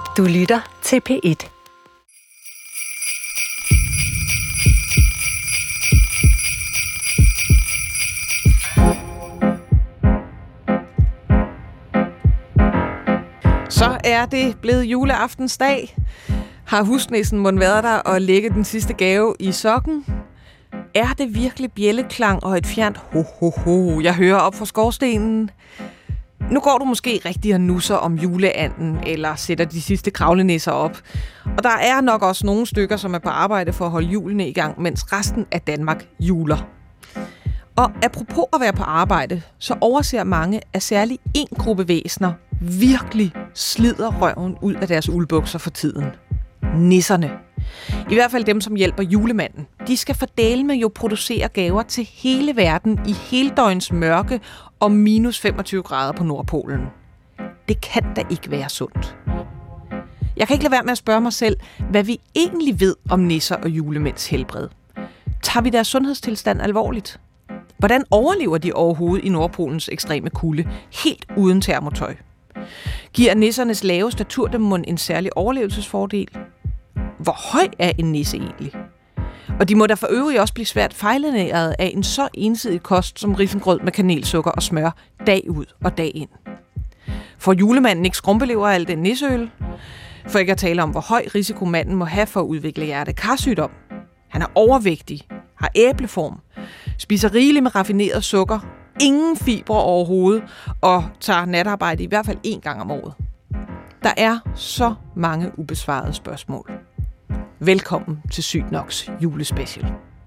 Du lytter til P1. Så er det blevet juleaftensdag. Har husnissen måtte været der og lægge den sidste gave i sokken? Er det virkelig bjælleklang og et fjernt ho-ho-ho, jeg hører op fra skorstenen? Nu går du måske rigtig og nusser om juleanden, eller sætter de sidste kravlenisser op. Og der er nok også nogle stykker, som er på arbejde for at holde julene i gang, mens resten af Danmark juler. Og apropos at være på arbejde, så overser mange, at særlig én gruppe væsener virkelig slider røven ud af deres uldbukser for tiden. Nisserne. I hvert fald dem, som hjælper julemanden. De skal fordele med jo producere gaver til hele verden i heldøgns mørke og minus 25 grader på Nordpolen. Det kan da ikke være sundt. Jeg kan ikke lade være med at spørge mig selv, hvad vi egentlig ved om nisser og julemænds helbred. Tager vi deres sundhedstilstand alvorligt? Hvordan overlever de overhovedet i Nordpolens ekstreme kulde, helt uden termotøj? Giver nissernes lave statur dem mon en særlig overlevelsesfordel? Hvor høj er en nisse egentlig? Og de må da for øvrigt også blive svært fejlernæret af en så ensidig kost som risengrød med kanelsukker og smør dag ud og dag ind. Får julemanden ikke skrumpelever af al den nisseøl? For ikke at tale om, hvor høj risiko manden må have for at udvikle hjerte-karsygdom. Han er overvægtig, har æbleform, spiser rigeligt med raffineret sukker, ingen fibre overhovedet og tager natarbejde i hvert fald 1 gang om året. Der er så mange ubesvarede spørgsmål. Velkommen til Sygt Noks julespecial.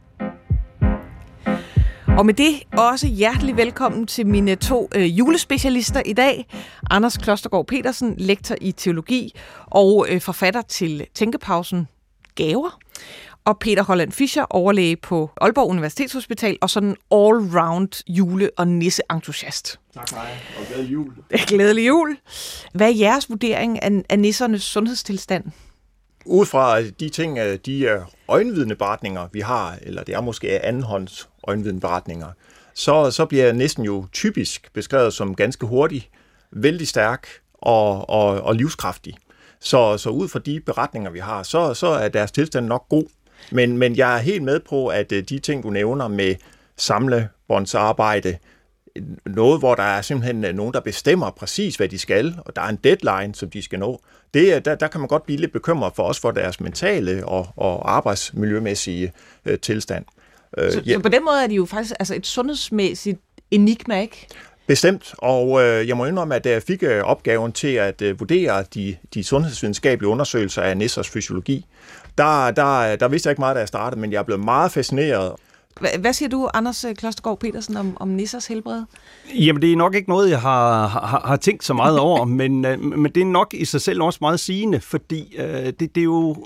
Og med det også hjertelig velkommen til mine 2 julespecialister i dag. Anders Klostergaard Petersen, lektor i teologi og forfatter til Tænkepausen Gaver. Og Peter Holland Fischer, overlæge på Aalborg Universitetshospital og sådan all-round jule- og nisse-entusiast. Tak for dig, og glædelig jul. Glædelig jul. Hvad er jeres vurdering af nissernes sundhedstilstand? Ud fra de ting, de øjenvidneberetninger, vi har, eller det er måske andenhånds øjenvidneberetninger, så bliver nissen jo typisk beskrevet som ganske hurtig, vældig stærk og livskraftig. Så ud fra de beretninger, vi har, så er deres tilstand nok god. Men jeg er helt med på, at de ting, du nævner med samlebåndsarbejde, noget, hvor der er simpelthen nogen, der bestemmer præcis, hvad de skal, og der er en deadline, som de skal nå, der kan man godt blive lidt bekymret for os for deres mentale og arbejdsmiljømæssige tilstand. Så på den måde er de jo faktisk et sundhedsmæssigt enigma, ikke? Bestemt, og jeg må indrømme, at jeg fik opgaven til at vurdere de sundhedsvidenskabelige undersøgelser af nissers fysiologi. Der vidste jeg ikke meget, da jeg startede, men jeg er blevet meget fascineret. Hvad siger du, Anders Klostergaard Petersen, om nissers helbred? Jamen, det er nok ikke noget, jeg har tænkt så meget over, men det er nok i sig selv også meget sigende, fordi det er jo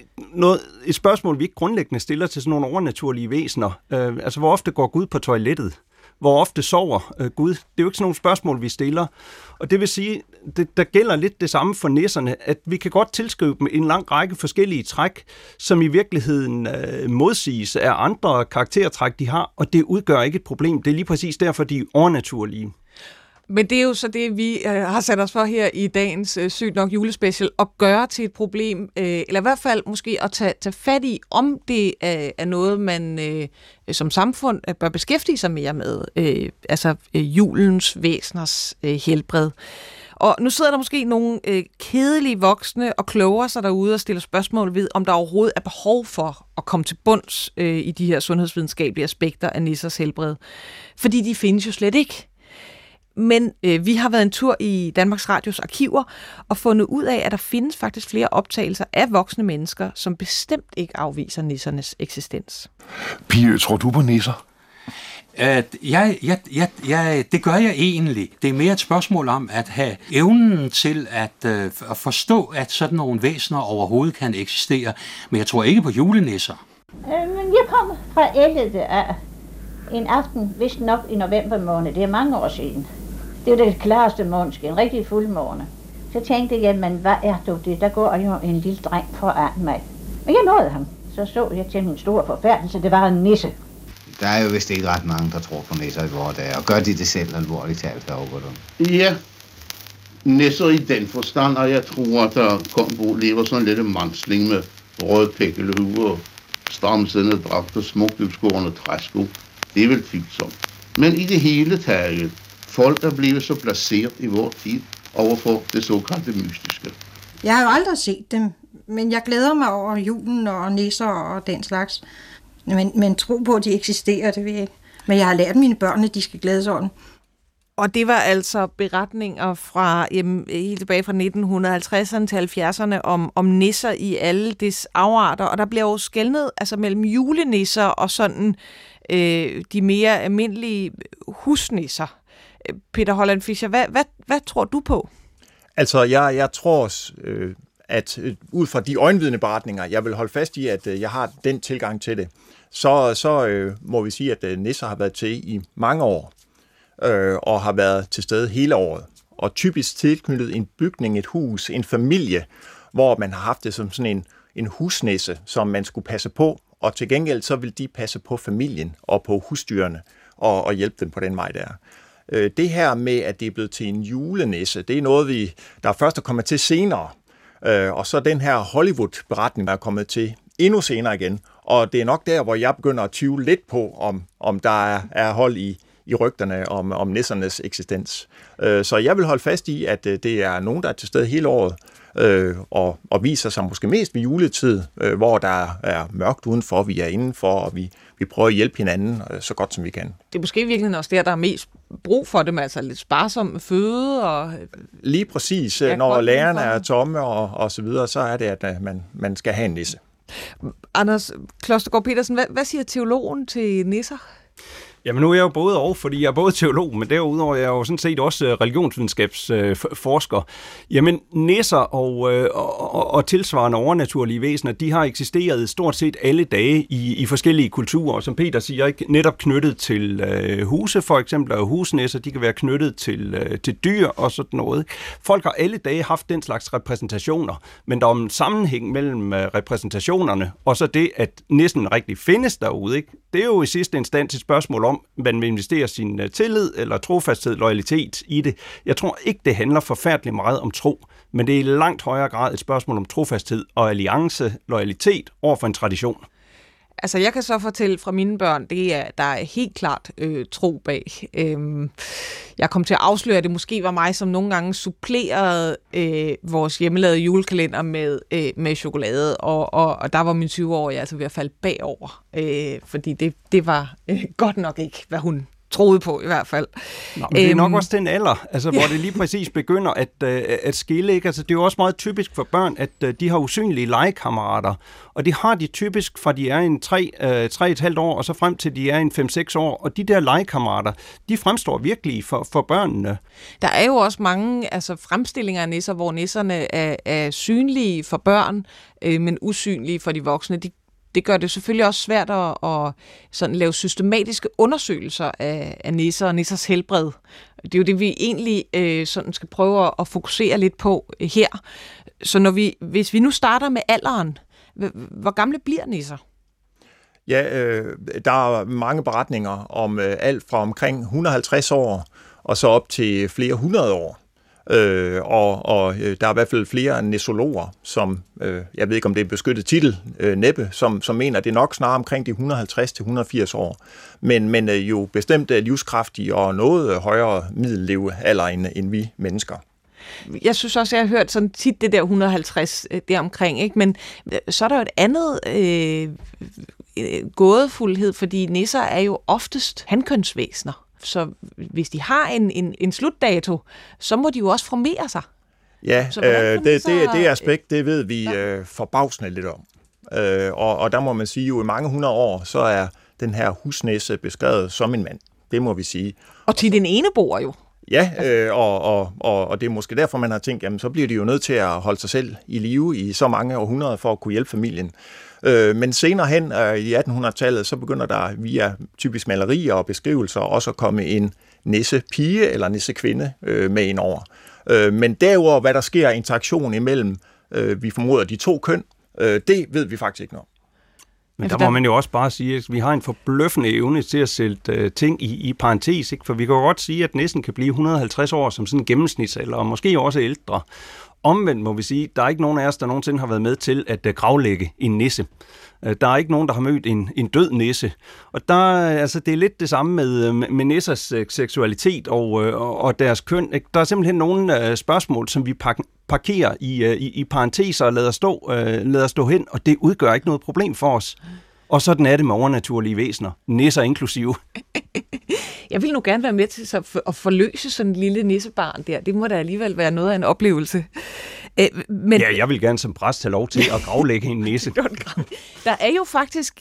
et spørgsmål, vi ikke grundlæggende stiller til sådan nogle overnaturlige væsener. Altså, hvor ofte går Gud på toilettet? Hvor ofte sover Gud? Det er jo ikke sådan nogle spørgsmål, vi stiller. Og det vil sige, der gælder lidt det samme for nisserne, at vi kan godt tilskrive dem en lang række forskellige træk, som i virkeligheden modsiges af andre karaktertræk, de har, og det udgør ikke et problem. Det er lige præcis derfor, de er overnaturlige. Men det er jo så det, vi har sat os for her i dagens Sygt Nok julespecial, at gøre til et problem, eller i hvert fald måske at tage fat i, om det er noget, man som samfund bør beskæftige sig mere med, julens væseners helbred. Og nu sidder der måske nogle kedelige voksne og kloger sig derude og stiller spørgsmål ved, om der overhovedet er behov for at komme til bunds i de her sundhedsvidenskabelige aspekter af nissers helbred. Fordi de findes jo slet ikke. Men vi har været en tur i Danmarks Radios arkiver og fundet ud af, at der findes faktisk flere optagelser af voksne mennesker, som bestemt ikke afviser nissernes eksistens. Pia, tror du på nisser? Det gør jeg egentlig. Det er mere et spørgsmål om at have evnen til at forstå, at sådan nogle væsener overhovedet kan eksistere. Men jeg tror ikke på julenisser. Jeg kom fra Ellede af en aften, vist nok i november måned. Det er mange år siden. Det var det klareste månske, en rigtig fuldmåne. Så tænkte jeg, men hvad er det? Der går jo en lille dreng foran mig. Men jeg nåede ham. Så jeg til en stor forfærdelse. Det var en nisse. Der er jo vist ikke ret mange, der tror på nisser i vore dage. Og gør de det selv alvorligt talt, herovre? Ja. Nisser i den forstand, at jeg tror, at der lever sådan en lille mandsling med rød pækkelehue og stramsiddende dragt og smukt udskårende træsko. Det er vel tvivlsomt. Men i det hele taget, folk er blevet så placeret i vores tid overfor det såkaldte mystiske. Jeg har jo aldrig set dem, men jeg glæder mig over julen og nisser og den slags. Men tro på, at de eksisterer, det ved jeg ikke. Men jeg har lært mine børn, at de skal glæde sig over. Og det var altså beretninger fra helt tilbage fra 1950'erne til 70'erne om nisser i alle des afarter. Og der bliver jo skelnet altså mellem julenisser og sådan de mere almindelige husnisser. Peter Holland Fischer, hvad tror du på? Altså, jeg tror, at ud fra de øjenvidne beretninger, jeg vil holde fast i, at jeg har den tilgang til det, så må vi sige, at nisser har været til i mange år, og har været til stede hele året. Og typisk tilknyttet en bygning, et hus, en familie, hvor man har haft det som sådan en husnisse, som man skulle passe på, og til gengæld så vil de passe på familien og på husdyrene og hjælpe dem på den vej der. Det her med, at det er blevet til en julenisse, det er noget, der først er kommet til senere. Og så den her Hollywood-beretning, der er kommet til endnu senere igen. Og det er nok der, hvor jeg begynder at tvivle lidt på, om der er hold i rygterne om nissernes eksistens. Så jeg vil holde fast i, at det er nogen, der er til stede hele året, og viser sig måske mest ved juletid, hvor der er mørkt udenfor, vi er indenfor, og vi prøver at hjælpe hinanden så godt, som vi kan. Det er måske virkelig også der er mest brug for dem, altså lidt sparsom med føde. Og lige præcis, når lærerne er tomme og så videre, så er det, at man skal have en nisse. Anders Klostergaard Petersen, hvad siger teologen til nisser? Jamen nu er jeg jo både over, fordi jeg er både teolog, men derudover er jeg jo sådan set også religionsvidenskabsforsker. Jamen nisser og tilsvarende overnaturlige væsener, de har eksisteret stort set alle dage i forskellige kulturer, som Peter siger, ikke netop knyttet til huse for eksempel, og husnisser, de kan være knyttet til dyr og sådan noget. Folk har alle dage haft den slags repræsentationer, men der er en sammenhæng mellem repræsentationerne og så det, at nissen rigtig findes derude, ikke? Det er jo i sidste instans et spørgsmål om, man vil investere sin tillid eller trofasthed, loyalitet i det. Jeg tror ikke, det handler forfærdeligt meget om tro, men det er i langt højere grad et spørgsmål om trofasthed og alliance, loyalitet over for en tradition. Altså, jeg kan så fortælle fra mine børn, der er helt klart tro bag. Jeg kom til at afsløre, at det måske var mig, som nogle gange supplerede vores hjemmelavede julekalender med chokolade, og der var min 20-årige altså ved at falde bagover, fordi det var godt nok ikke, hvad hun troede på i hvert fald. Nå, men det er nok også den alder, altså, hvor det lige præcis begynder at skille. Ikke? Altså, det er jo også meget typisk for børn, at de har usynlige legekammerater, og det har de typisk fra de er en 3,5 år, og så frem til de er en 5-6 år, og de der legekammerater, de fremstår virkelig for børnene. Der er jo også mange fremstillinger af nisser, hvor nisserne er synlige for børn, men usynlige for de voksne. Det gør det selvfølgelig også svært at sådan lave systematiske undersøgelser af nisser og nissers helbred. Det er jo det, vi egentlig sådan skal prøve at fokusere lidt på her. Så hvis vi nu starter med alderen, hvor gamle bliver nisser? Ja, der er mange beretninger om alt fra omkring 150 år og så op til flere hundrede år. Og der er i hvert fald flere nissologer, som, jeg ved ikke om det er beskyttet titel, næppe, som mener, at det er nok snarere omkring de 150-180 år, men jo bestemt livskraftige og noget højere middellevealder end vi mennesker. Jeg synes også, jeg har hørt sådan tit det der 150 deromkring, ikke? Men så er der jo et andet gådefuldhed, fordi nisser er jo oftest hankønsvæsener. Så hvis de har en slutdato, så må de jo også formere sig. Ja, det aspekt, det ved vi forbavsende lidt om. Og der må man sige, jo i mange 100 år, så er den her husnisse beskrevet som en mand. Det må vi sige. Og til den ene bor jo. Ja, og det er måske derfor, man har tænkt, jamen så bliver de jo nødt til at holde sig selv i live i så mange århundreder for at kunne hjælpe familien. Men senere hen i 1800-tallet, så begynder der via typisk malerier og beskrivelser også at komme en nissepige eller nissekvinde med ind over. Men derudover, hvad der sker interaktion imellem, vi formoder de to køn, det ved vi faktisk ikke noget. Men der må man jo også bare sige, at vi har en forbløffende evne til at sætte ting i parentes, ikke? For vi kan jo godt sige, at nissen kan blive 150 år som sådan en gennemsnitsalder, og måske også ældre. Omvendt må vi sige, at der er ikke nogen af os, der nogensinde har været med til at gravlægge en nisse. Der er ikke nogen, der har mødt en død nisse. Og der, altså, det er lidt det samme med nissers seksualitet og deres køn. Ikke? Der er simpelthen nogle spørgsmål, som vi parkerer i parenteser og lader stå hen, og det udgør ikke noget problem for os. Og sådan er det med overnaturlige væsener, nisser inklusive. Jeg vil nu gerne være med til at forløse sådan en lille nissebarn der. Det må da alligevel være noget af en oplevelse. Men ja, jeg vil gerne som præst have lov til at gravlægge en nisse. Der er jo faktisk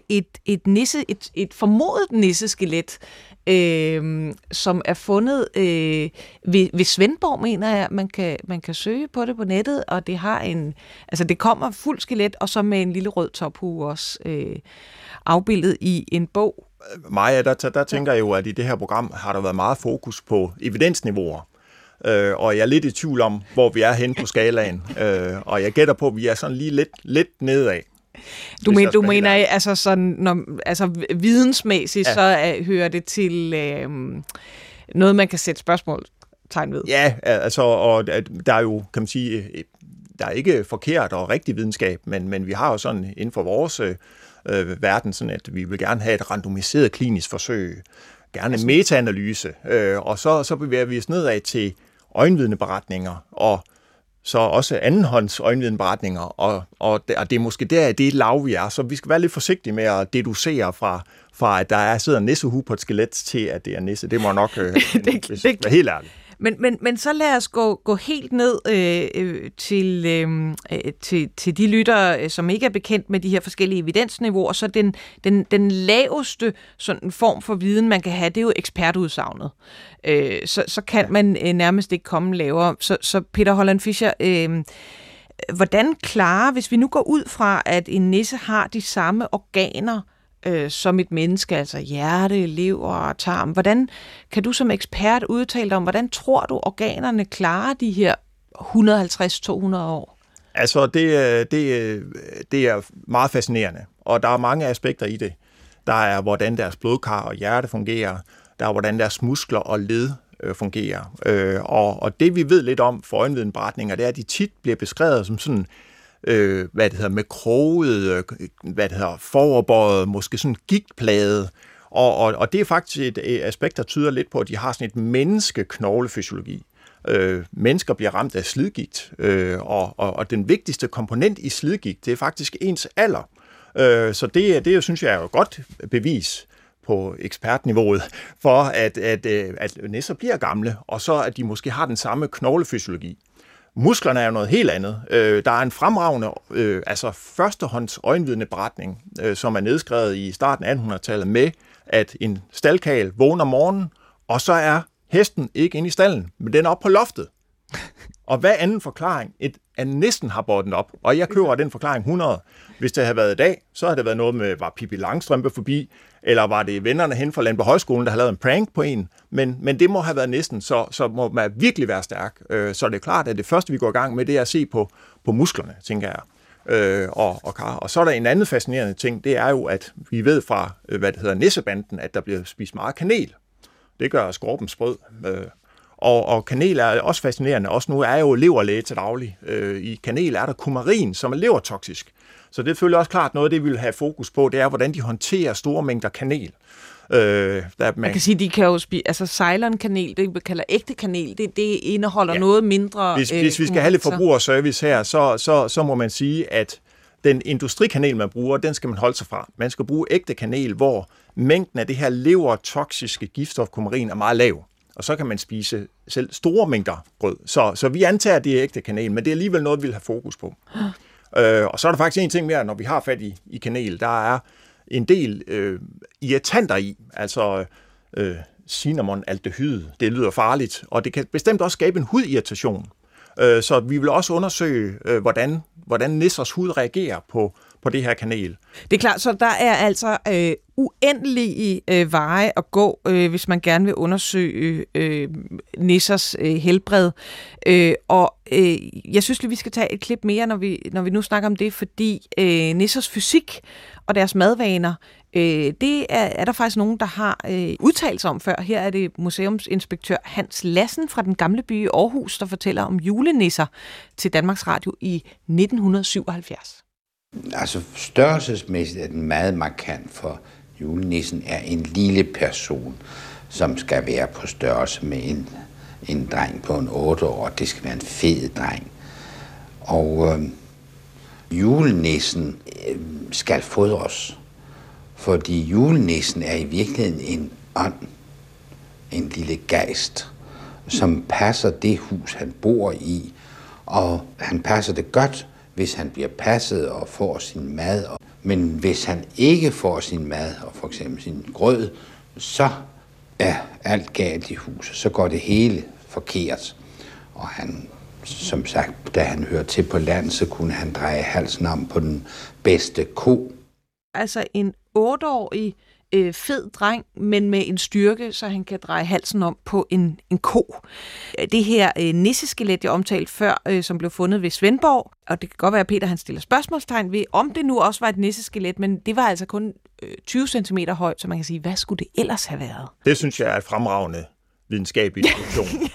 et formodet nisseskelet, som er fundet ved Svendborg, mener jeg. Man kan søge på det på nettet, og det har det kommer fuldt skelet, og så med en lille rød tophue også afbildet i en bog. Maja, der tænker jeg jo, at i det her program har der været meget fokus på evidensniveauer. Og jeg er lidt i tvivl om, hvor vi er henne på skalaen. Og jeg gætter på, at vi er sådan lige lidt nedad. Du mener, altså sådan, vidensmæssigt, så hører det til noget, man kan sætte spørgsmålstegn ved? Ja, altså, og der er jo, kan man sige, der er ikke forkert og rigtig videnskab, men vi har jo sådan inden for vores verden, sådan at vi vil gerne have et randomiseret klinisk forsøg, gerne metaanalyse, og så bevæger vi os nedad til øjenvidneberetninger, og så også andenhånds øjenvidneberetninger, og det er måske det er lav, vi er, så vi skal være lidt forsigtige med at deducere fra at der sidder en nissehue på et skelet, til at det er nisse. Det må nok være helt ærligt. Men så lad os gå helt ned til de lyttere, som ikke er bekendt med de her forskellige evidensniveauer. Så den laveste sådan form for viden, man kan have, det er jo ekspertudsagnet. Så kan man nærmest ikke komme lavere. Så Peter Holland Fischer, hvordan klarer, hvis vi nu går ud fra, at en nisse har de samme organer som et menneske, altså hjerte, lever og tarm. Hvordan kan du som ekspert udtale dig om, hvordan tror du, organerne klarer de her 150-200 år? Altså, det er meget fascinerende, og der er mange aspekter i det. Der er, hvordan deres blodkar og hjerte fungerer. Der er, hvordan deres muskler og led fungerer. Og det, vi ved lidt om for øjenvidneberetninger, det er, at de tit bliver beskrevet som sådan med kroget, foroverbøjet, måske sådan gigtplade. Og det er faktisk et aspekt, der tyder lidt på, at de har sådan et menneskeknoglefysiologi. Mennesker bliver ramt af slidgigt, og den vigtigste komponent i slidgigt, det er faktisk ens alder. Så det synes jeg er jo godt bevis på ekspertniveauet for, at nisser bliver gamle, og så at de måske har den samme knoglefysiologi. Musklerne er jo noget helt andet. Der er en fremragende, førstehånds øjenvidneberetning, som er nedskrevet i starten af 1800-tallet med, at en staldkarl vågner om morgenen, og så er hesten ikke inde i stalden, men den er oppe på loftet. Og hvad anden forklaring? At næsten har båret den op, og jeg køber den forklaring 100. Hvis det havde været i dag, så havde det været noget med, var Pippi Langstrømpe forbi, eller var det vennerne hen fra Landbohøjskolen, Højskolen, der havde lavet en prank på en. Men det må have været næsten, så må man virkelig være stærk. Så det er klart, at det første, vi går i gang med, det er at se på musklerne, tænker jeg. Og så er der en anden fascinerende ting, det er jo, at vi ved fra, nissebanden, at der bliver spist meget kanel. Det gør skorpen sprød. Og kanel er også fascinerende. Også nu er jeg jo leverlæge til daglig. I kanel er der kumarin, som er levertoksisk. Så det er selvfølgelig også klart noget af det, vi vil have fokus på, det er, hvordan de håndterer store mængder kanel. Man kan sige, de kan jo spise, altså Ceylon-kanel, det vi kalder ægte kanel, det indeholder noget mindre. Hvis vi skal have lidt forbrugerservice her, så må man sige, at den industrikanel, man bruger, den skal man holde sig fra. Man skal bruge ægte kanel, hvor mængden af det her levertoksiske giftstof kumarin er meget lav. Og så kan man spise selv store mængder brød. Så vi antager, at det er ægte kanel, men det er alligevel noget, vi vil have fokus på. Og så er der faktisk en ting mere, når vi har fat i kanel. Der er en del irritanter i, altså cinnamon-aldehyd. Det lyder farligt, og det kan bestemt også skabe en hudirritation. Så vi vil også undersøge, hvordan nissers hud reagerer på det her kanal. Det er klart, så der er altså uendelige veje at gå, hvis man gerne vil undersøge nissers helbred. Jeg synes lige, vi skal tage et klip mere, når vi nu snakker om det, fordi nissers fysik og deres madvaner, det er der faktisk nogen, der har udtalt sig om før. Her er det museumsinspektør Hans Lassen fra Den Gamle By i Aarhus, der fortæller om julenisser til Danmarks Radio i 1977. Altså størrelsesmæssigt er den meget markant, for julenissen er en lille person, som skal være på størrelse med en dreng på en 8 år. Det skal være en fed dreng. Og julenissen skal fodres, fordi julenissen er i virkeligheden en ånd, en lille gejst, som passer det hus, han bor i, og han passer det godt, hvis han bliver passet og får sin mad. Men hvis han ikke får sin mad, og for eksempel sin grød, så er alt galt i huset. Så går det hele forkert. Og han, som sagt, da han hørte til på land, så kunne han dreje halsen om på den bedste ko. Altså en 8-årig fed dreng, men med en styrke, så han kan dreje halsen om på en ko. Det her nisseskelet, jeg omtalte før, som blev fundet ved Svendborg, og det kan godt være, at Peter han stiller spørgsmålstegn ved, om det nu også var et nisseskelet, men det var altså kun 20 cm højt, så man kan sige, hvad skulle det ellers have været? Det synes jeg er et fremragende videnskabelig diskussion.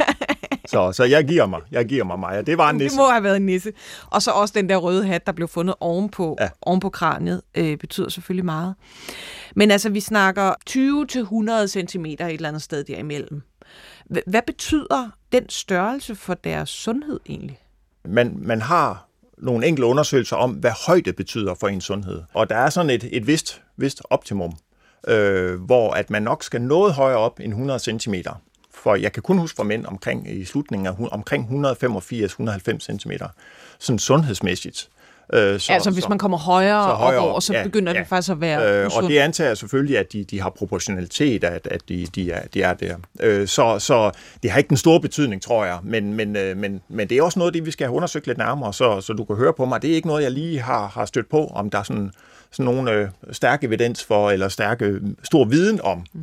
Så jeg giver mig Maja. Det var en nisse. Det må have været en nisse. Og så også den der røde hat, der blev fundet ovenpå kraniet, betyder selvfølgelig meget. Men altså, vi snakker 20-100 cm et eller andet sted derimellem. Hvad betyder den størrelse for deres sundhed egentlig? Man har nogle enkelte undersøgelser om, hvad højde betyder for ens sundhed. Og der er sådan et vist optimum, hvor at man nok skal noget højere op end 100 cm. For jeg kan kun huske for mænd i slutningen af omkring 185-190 cm. Sådan sundhedsmæssigt. Hvis man kommer højere op, så begynder det faktisk at være og det antager selvfølgelig, at de har proportionalitet, at de er der. Så det har ikke den store betydning, tror jeg. Men det er også noget, det vi skal have undersøgt lidt nærmere, så du kan høre på mig. Det er ikke noget, jeg lige har stødt på, om der er sådan nogle stærk evidens for, eller stor viden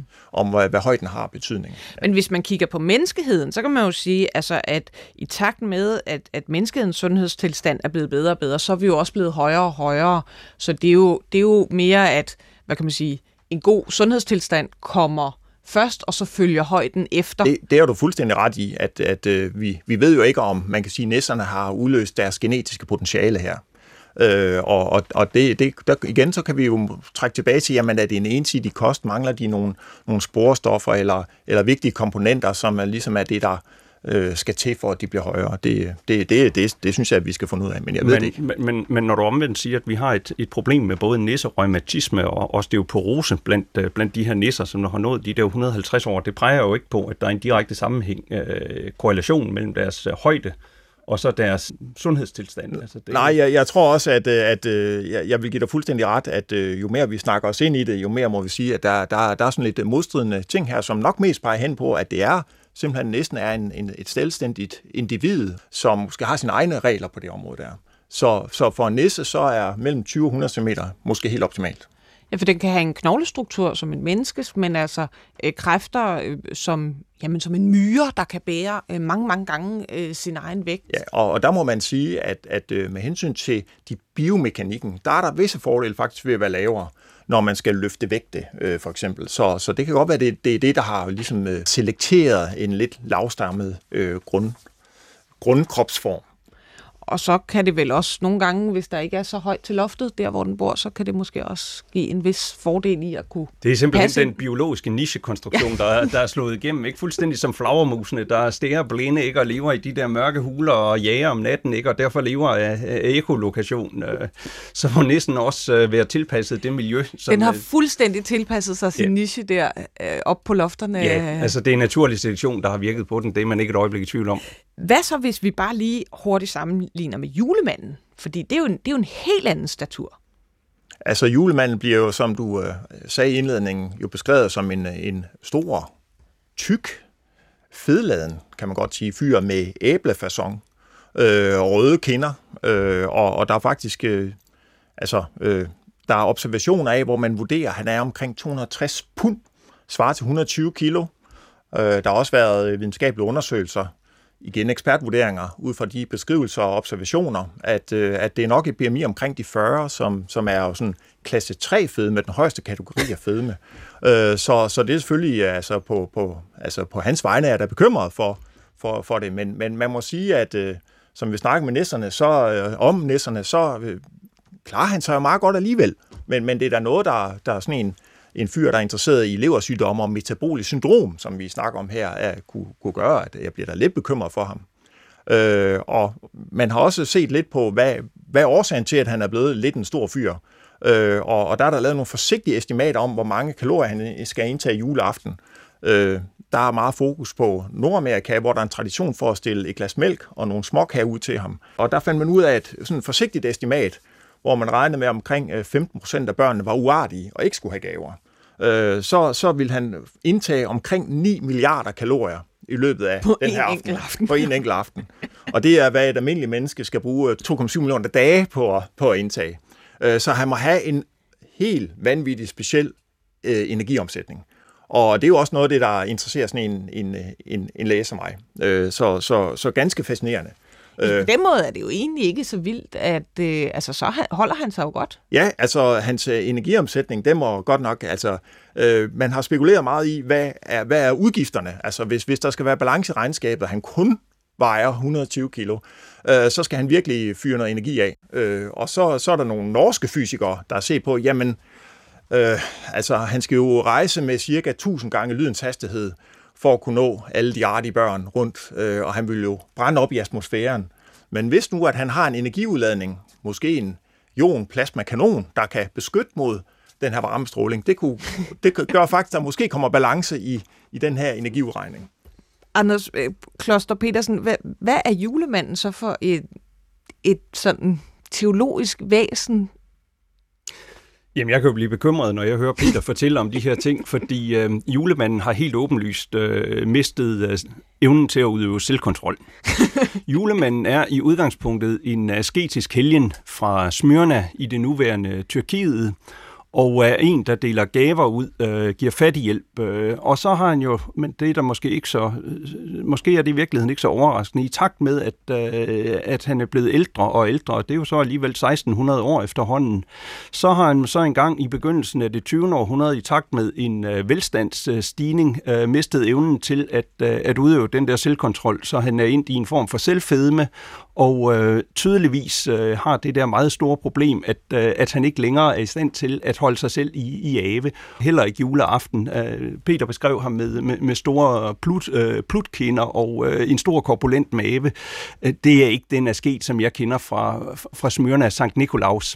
om hvad højden har betydning. Men hvis man kigger på menneskeheden, så kan man jo sige, altså, at i takt med, at menneskehedens sundhedstilstand er blevet bedre og bedre, så er vi jo også blevet højere og højere. Så det er jo mere, at, hvad kan man sige, en god sundhedstilstand kommer først, og så følger højden efter. Det er du fuldstændig ret i, at vi ved jo ikke, om man kan sige, at nisserne har udløst deres genetiske potentiale her. Og der, igen, så kan vi jo trække tilbage til, jamen, at det er en ensidig kost, mangler de nogle sporestoffer eller vigtige komponenter, som ligesom er det, der skal til for, at de bliver højere. Det synes jeg, at vi skal finde ud af, men jeg ved det ikke. Men når du omvendt siger, at vi har et problem med både nisserheumatisme og osteoporose blandt de her nisser, som har nået de der 150 år, det peger jo ikke på, at der er en direkte sammenhæng, korrelation mellem deres højde og så deres sundhedstilstand. Altså det... Nej, jeg tror også, at jeg vil give dig fuldstændig ret, at jo mere vi snakker os ind i det, jo mere må vi sige, at der er sådan lidt modstridende ting her, som nok mest peger hen på, at det er simpelthen næsten er et selvstændigt individ, som måske har sine egne regler på det område der. Så for en nisse, så er mellem 20 og 100 cm måske helt optimalt. Ja, for den kan have en knoglestruktur som en menneskes, men altså kræfter som en myre, der kan bære mange gange sin egen vægt. Ja, og der må man sige, at med hensyn til de biomekanikken, der er der visse fordele faktisk ved at være lavere, når man skal løfte vægte, for eksempel. Så det kan godt være, at det er det, der har ligesom selekteret en lidt lavstammet grundkropsform. Og så kan det vel også nogle gange, hvis der ikke er så højt til loftet, der hvor den bor, så kan det måske også give en vis fordel i at kunne Det er simpelthen passe. Den biologiske nichekonstruktion, der er slået igennem. Ikke fuldstændig som flagermusene, der stærer blinde, ikke, og lever i de der mørke huler og jager om natten, ikke, og derfor lever af ekolokation. Så må næsten også være tilpasset det miljø. Som, den har fuldstændig tilpasset sig sin niche der op på lofterne. Ja, altså det er naturlig selektion, der har virket på den. Det er man ikke et øjeblik i tvivl om. Hvad så, hvis vi bare lige hurtigt sammenligner med julemanden? Fordi det er jo en helt anden statur. Altså julemanden bliver jo, som du sagde i indledningen, jo beskrevet som en stor, tyk, fedladen, kan man godt sige, fyr med æblefacon, røde kinder, og der er faktisk der er observationer af, hvor man vurderer, at han er omkring 260 pund, svarer til 120 kilo. Der har også været videnskabelige undersøgelser, igen ekspertvurderinger, ud fra de beskrivelser og observationer, at det er nok et BMI omkring de 40, som er sådan klasse 3 fedme, den højeste kategori af fedme. Så det er selvfølgelig på hans vegne er der bekymret for det, men man må sige, at som vi snakker med nisserne, så klarer han sig jo meget godt alligevel. Men det er da noget, der er sådan en fyr, der er interesseret i leversygdomme og metabolisk syndrom, som vi snakker om her, kunne gøre, at jeg bliver da lidt bekymret for ham. Og man har også set lidt på, hvad er årsagen til, at han er blevet lidt en stor fyr. Og der er der lavet nogle forsigtige estimater om, hvor mange kalorier han skal indtage juleaften. Der er meget fokus på Nordamerika, hvor der er en tradition for at stille et glas mælk og nogle småkager ud til ham. Og der fandt man ud af et sådan et forsigtigt estimat, hvor man regnede med, at omkring 15% af børnene var uartige og ikke skulle have gaver. Så vil han indtage omkring 9 milliarder kalorier i løbet af den her aften. På en enkelt aften. Og det er, hvad et almindeligt menneske skal bruge 2,7 millioner dage på at indtage. Så han må have en helt vanvittig speciel energiomsætning. Og det er jo også noget af det, der interesserer sådan en læge som mig. Så ganske fascinerende. På den måde er det jo egentlig ikke så vildt, at så holder han sig jo godt. Ja, altså hans energiomsætning, det må godt nok, man har spekuleret meget i, hvad er udgifterne? Altså hvis der skal være balance i regnskabet, han kun vejer 120 kilo, så skal han virkelig fyre noget energi af. Og så er der nogle norske fysikere, der har set på, jamen, han skal jo rejse med cirka 1000 gange lydens hastighed, for at kunne nå alle de artige børn rundt, og han vil jo brænde op i atmosfæren. Men hvis nu, at han har en energiudladning, måske en ion-plasma-kanon, der kan beskytte mod den her varmestråling, det gør faktisk, at der måske kommer balance i den her energiudregning. Anders Kloster Petersen, hvad er julemanden så for et sådan teologisk væsen? Jamen, jeg kan jo blive bekymret, når jeg hører Peter fortælle om de her ting, fordi julemanden har helt åbenlyst mistet evnen til at udøve selvkontrol. Julemanden er i udgangspunktet en asketisk helgen fra Smyrna i det nuværende Tyrkiet, og er en, der deler gaver ud, giver fattighjælp. Og så har han jo, men det er der måske er det i virkeligheden ikke så overraskende, i takt med, at han er blevet ældre og ældre, og det er jo så alligevel 1600 år efterhånden, så har han så engang i begyndelsen af det 20. århundrede, i takt med en velstandsstigning, mistet evnen til at udøve den der selvkontrol, så han er ind i en form for selvfedme, og tydeligvis har det der meget store problem, at han ikke længere er i stand til at holde sig selv i ave. Heller ikke juleaften. Peter beskrev ham med store plutkinder og en stor korpulent mave. Det er ikke den asket, som jeg kender fra Smyrna af Sankt Nikolaus.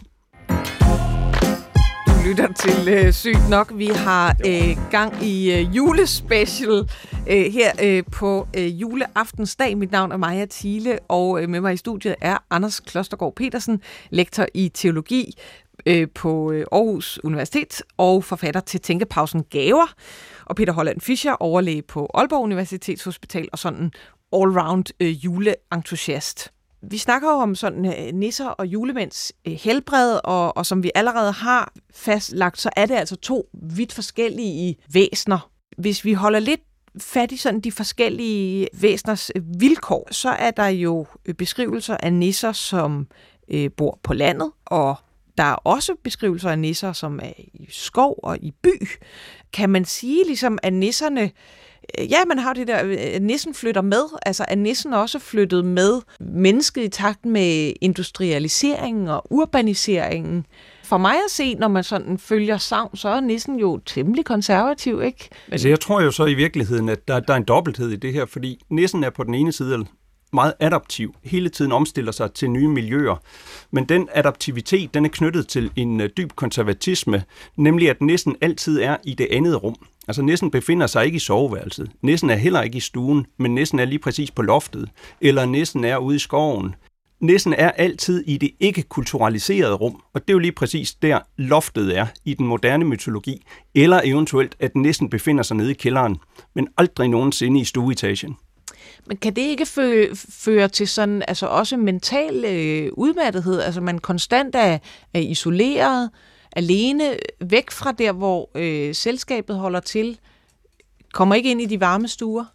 Lytter til Sygt Nok. Vi har gang i julespecial her på juleaftensdag. Mit navn er Maja Thiele, og med mig i studiet er Anders Klostergaard Petersen, lektor i teologi på Aarhus Universitet og forfatter til Tænkepausen Gaver. Og Peter Holland Fischer, overlæge på Aalborg Universitetshospital og sådan all-round juleentusiast. Vi snakker jo om sådan nisser og julemænds helbred, og som vi allerede har fastlagt, så er det altså to vidt forskellige væsner. Hvis vi holder lidt fat i sådan de forskellige væsners vilkår, så er der jo beskrivelser af nisser, som bor på landet, og der er også beskrivelser af nisser, som er i skov og i by. Kan man sige ligesom, at nisserne, ja, man har det der, at nissen flytter med, altså at nissen også flyttet med mennesket i takt med industrialiseringen og urbaniseringen. For mig at se, når man sådan følger sagn, så er nissen jo temmelig konservativ, ikke? Altså jeg tror jo så i virkeligheden, at der er en dobbelthed i det her, fordi nissen er på den ene side meget adaptiv, hele tiden omstiller sig til nye miljøer. Men den adaptivitet, den er knyttet til en dyb konservatisme, nemlig at nissen altid er i det andet rum. Altså nissen befinder sig ikke i soveværelset. Nissen er heller ikke i stuen, men nissen er lige præcis på loftet. Eller nissen er ude i skoven. Nissen er altid i det ikke-kulturaliserede rum, og det er jo lige præcis der loftet er i den moderne mytologi, eller eventuelt at nissen befinder sig nede i kælderen, men aldrig nogensinde i stueetagen. Men kan det ikke føre til sådan, altså også mental udmattethed? Altså man konstant er isoleret, alene, væk fra der, hvor selskabet holder til, kommer ikke ind i de varme stuer?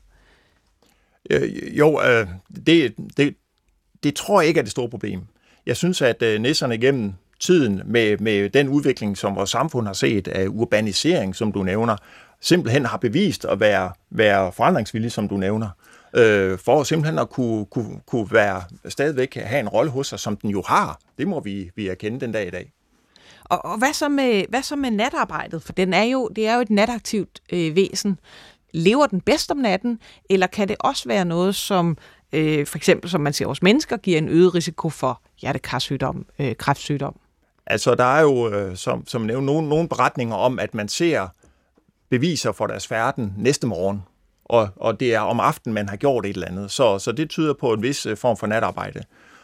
Det tror jeg ikke er det store problem. Jeg synes, at nisserne igennem tiden med den udvikling, som vores samfund har set af urbanisering, som du nævner, simpelthen har bevist at være forandringsvillige, som du nævner, for simpelthen at kunne være stadigvæk have en rolle hos sig, som den jo har. Det må vi erkende den dag i dag. Og hvad så med natarbejdet? For det er jo et nataktivt væsen. Lever den bedst om natten, eller kan det også være noget, som for eksempel, som man siger hos mennesker, giver en øget risiko for hjertekarsygdom, kræftsygdom? Altså, der er jo, som nævnt, nogle beretninger om, at man ser beviser for deres færden næste morgen, og det er om aftenen, man har gjort et eller andet. Så det tyder på en vis form for natarbejde.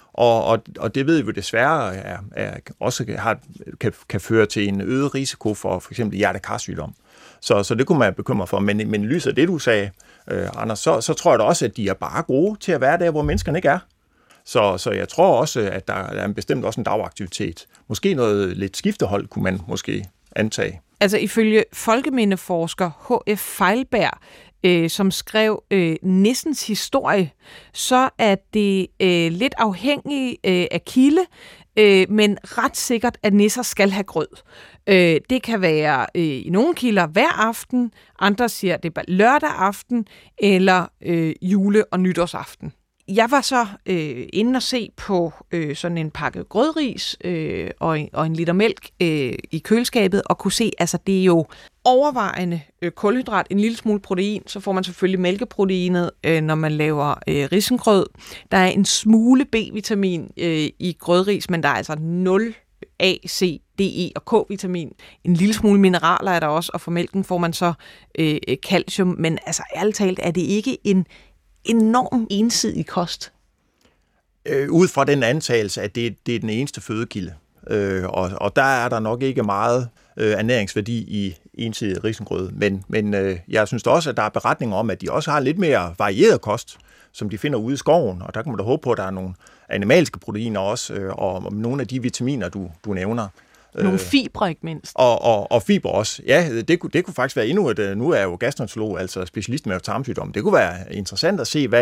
Og det ved vi jo desværre også kan føre til en øget risiko for eksempel hjertekarsygdom. Så det kunne man bekymre for. Men i lyset af det, du sagde, Anders, så tror jeg da også, at de er bare gode til at være der, hvor menneskerne ikke er. Så jeg tror også, at der er bestemt også en dagaktivitet. Måske noget lidt skiftehold, kunne man måske antage. Altså ifølge folkemindeforsker H.F. Feilberg, som skrev nissens historie, så er det lidt afhængigt af kilde, men ret sikkert, at nisser skal have grød. Det kan være i nogle kilder hver aften, andre siger, det er bare lørdag aften, eller jule- og nytårsaften. Jeg var så inde og se på sådan en pakke grødris og en liter mælk i køleskabet, og kunne se, altså det er jo overvejende kulhydrat, en lille smule protein, så får man selvfølgelig mælkeproteinet, når man laver risengrød. Der er en smule B-vitamin i grødris, men der er altså 0 A, C, D, E og K-vitamin. En lille smule mineraler er der også, og for mælken får man så calcium, men altså ærligt talt er det ikke en enorm ensidig kost. Ud fra den antagelse, at det er den eneste fødekilde. Og der er der nok ikke meget ernæringsværdi i ensidig risengrød. Men jeg synes også, at der er beretninger om, at de også har lidt mere varieret kost, som de finder ude i skoven. Og der kan man da håbe på, at der er nogle animalske proteiner også, og nogle af de vitaminer, du nævner. Nogle fibre, ikke mindst. Og fiber også. Ja, det kunne faktisk være endnu et... Nu er jeg jo gastroenterolog, altså specialist med tarmsygdom. Det kunne være interessant at se,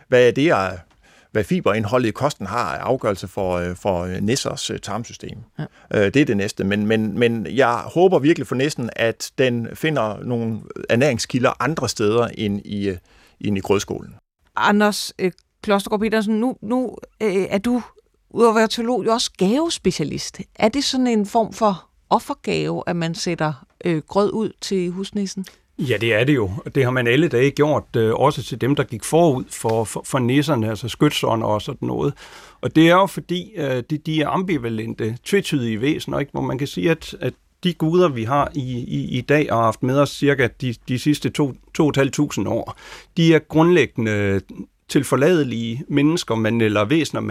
hvad fiberindholdet i kosten har af afgørelse for nissers tarmsystem. Ja. Det er det næste. Men jeg håber virkelig for nissen, at den finder nogle ernæringskilder andre steder end i grødskålen. Anders Klostergaard Petersen, nu er du udover at være teolog, jo også gavespecialist. Er det sådan en form for offergave, at man sætter grød ud til husnissen? Ja, det er det jo. Det har man alle dage gjort, også til dem, der gik forud for nisserne, altså skytsånder og sådan noget. Og det er jo fordi, de er ambivalente, tvetydige væsener, ikke? Hvor man kan sige, at de guder, vi har i dag og har haft med os cirka de sidste 2.500 år, de er grundlæggende tilforladelige mennesker, eller væsener,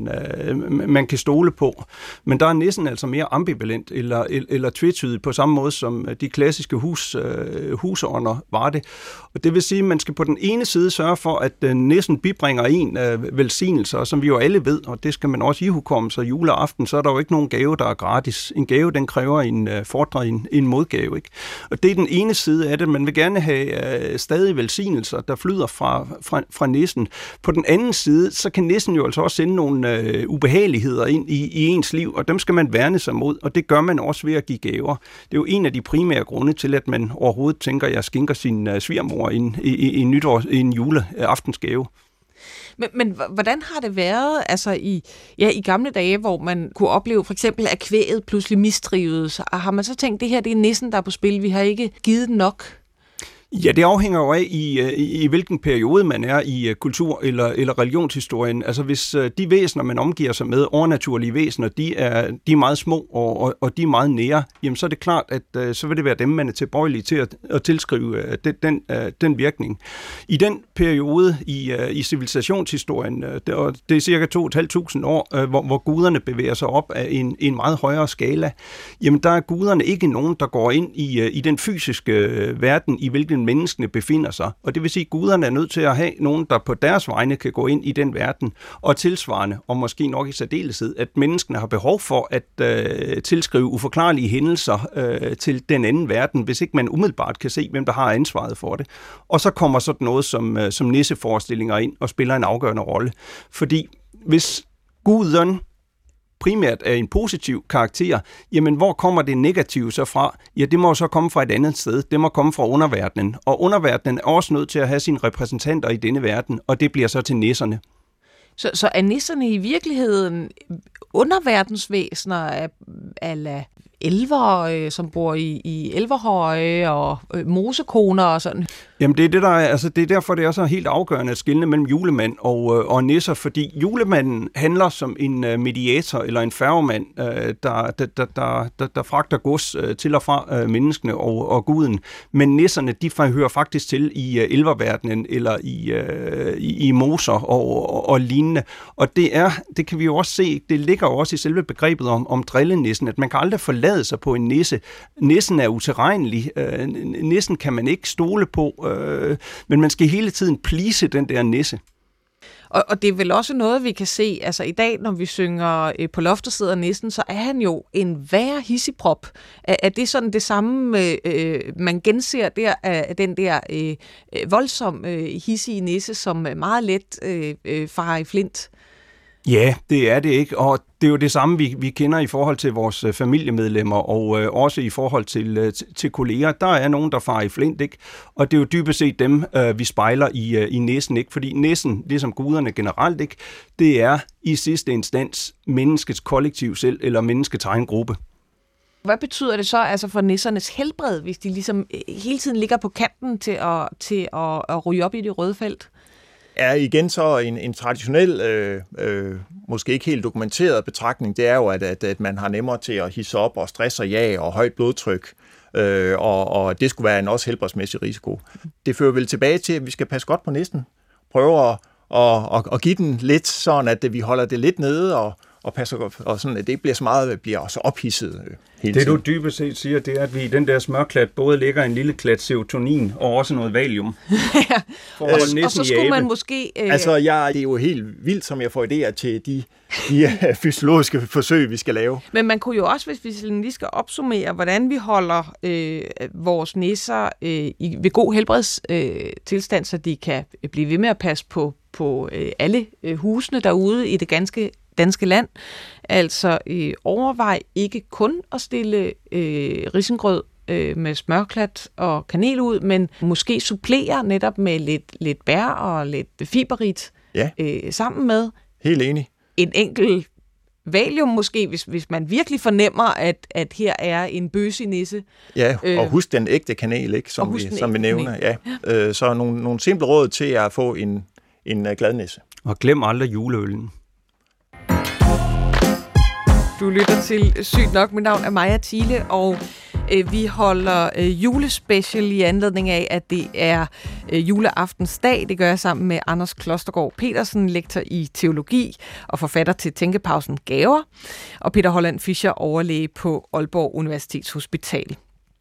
man kan stole på. Men der er nissen altså mere ambivalent eller tvetydig på samme måde, som de klassiske husånder var det. Og det vil sige, at man skal på den ene side sørge for, at nissen bibringer en velsignelser, som vi jo alle ved, og det skal man også ihukomme, så juleaften, så er der jo ikke nogen gave, der er gratis. En gave, den kræver en modgave, ikke? Og det er den ene side af det. Man vil gerne have stadig velsignelser, der flyder fra nissen. På den anden side, så kan nissen jo altså også sende nogle ubehageligheder ind i ens liv, og dem skal man værne sig mod, og det gør man også ved at give gaver. Det er jo en af de primære grunde til, at man overhovedet tænker, at jeg skænker sin svigermor en juleaftensgave. Men hvordan har det været altså i gamle dage, hvor man kunne opleve for eksempel, at kvæget pludselig mistrivedes? Har man så tænkt, det her det er nissen, der er på spil, vi har ikke givet nok? Ja, det afhænger jo af i hvilken periode man er i kultur- eller religionshistorien. Altså hvis de væsener, man omgiver sig med, overnaturlige væsener, de er meget små og de er meget nære, jamen så er det klart, at så vil det være dem, man er tilbøjelig til at tilskrive den virkning. I den periode i civilisationshistorien, og det er cirka 2.500 år, hvor guderne bevæger sig op af en meget højere skala, jamen der er guderne ikke nogen, der går ind i den fysiske verden, i hvilken himlen menneskene befinder sig. Og det vil sige, at guderne er nødt til at have nogen, der på deres vegne kan gå ind i den verden, og tilsvarende, og måske nok i særdeleshed, at menneskene har behov for at tilskrive uforklarlige hændelser til den anden verden, hvis ikke man umiddelbart kan se, hvem der har ansvaret for det. Og så kommer sådan noget som nisseforestillinger ind og spiller en afgørende rolle. Fordi hvis guden primært er en positiv karakter, jamen hvor kommer det negative så fra? Ja, det må så komme fra et andet sted. Det må komme fra underverdenen. Og underverdenen er også nødt til at have sine repræsentanter i denne verden, og det bliver så til nisserne. Så er nisserne i virkeligheden underverdensvæsener ala elver, som bor i elverhøje og mosekoner og sådan? Jamen det er derfor, det er så helt afgørende at skelne mellem julemand og nisser, fordi julemanden handler som en mediator eller en færgemand, der fragter gods til og fra menneskene og guden. Men nisserne, de hører faktisk til i elververdenen eller i moser og lignende. Og det kan vi jo også se, det ligger jo også i selve begrebet om drillenissen, at man kan aldrig forlade sig på en nisse. Nissen er utilregnelig. Nissen kan man ikke stole på, men man skal hele tiden please den der nisse. Og det er vel også noget, vi kan se, altså i dag, når vi synger På loftet sidder nissen, så er han jo en værre hissigprop. Er det sådan det samme, man genser der, af den der voldsom hissige nisse, som meget let farer i flint? Ja, det er det ikke, og det er jo det samme, vi kender i forhold til vores familiemedlemmer, og også i forhold til kolleger. Der er nogen, der farer i flint, ikke? Og det er jo dybest set dem, vi spejler i nissen, ikke? Fordi nissen, ligesom guderne generelt, ikke? Det er i sidste instans menneskets kollektiv selv, eller menneskets egen gruppe. Hvad betyder det så altså for nissernes helbred, hvis de ligesom hele tiden ligger på kanten til at ryge op i det røde felt? Er igen så en traditionel, måske ikke helt dokumenteret betragtning, det er jo, at man har nemmere til at hisse op og stress og jag og højt blodtryk, og det skulle være en også helbredsmæssig risiko. Det fører vel tilbage til, at vi skal passe godt på nissen, prøve at give den lidt sådan, at vi holder det lidt nede og passer og sådan, at det bliver så meget bliver så ophidset hele tiden. Det du dybest set siger, det er, at vi i den der smørklat både lægger en lille klat serotonin og også noget valium. Ja. Og så skulle man måske... Altså, det er jo helt vildt, som jeg får idéer til de fysiologiske forsøg, vi skal lave. Men man kunne jo også, hvis vi lige skal opsummere, hvordan vi holder vores nisser ved god helbredstilstand, så de kan blive ved med at passe på alle husene derude i det ganske danske land. Altså overvej ikke kun at stille risengrød med smørklat og kanel ud, men måske supplere netop med lidt bær og lidt fiberrigt sammen med. Helt enig. En enkelt valium måske, hvis man virkelig fornemmer, at her er en bøsig nisse. Ja, og husk den ægte kanel, ikke, som vi nævner. Ja. Så nogle simple råd til at få en glad nisse. Og glem aldrig juleøllen. Du lytter til Sygt nok. Mit navn er Maja Thiele, og vi holder julespecial i anledning af, at det er juleaftensdag. Det gør jeg sammen med Anders Klostergaard Petersen, lektor i teologi og forfatter til Tænkepausen Gaver, og Peter Holland Fischer, overlæge på Aalborg Universitetshospital.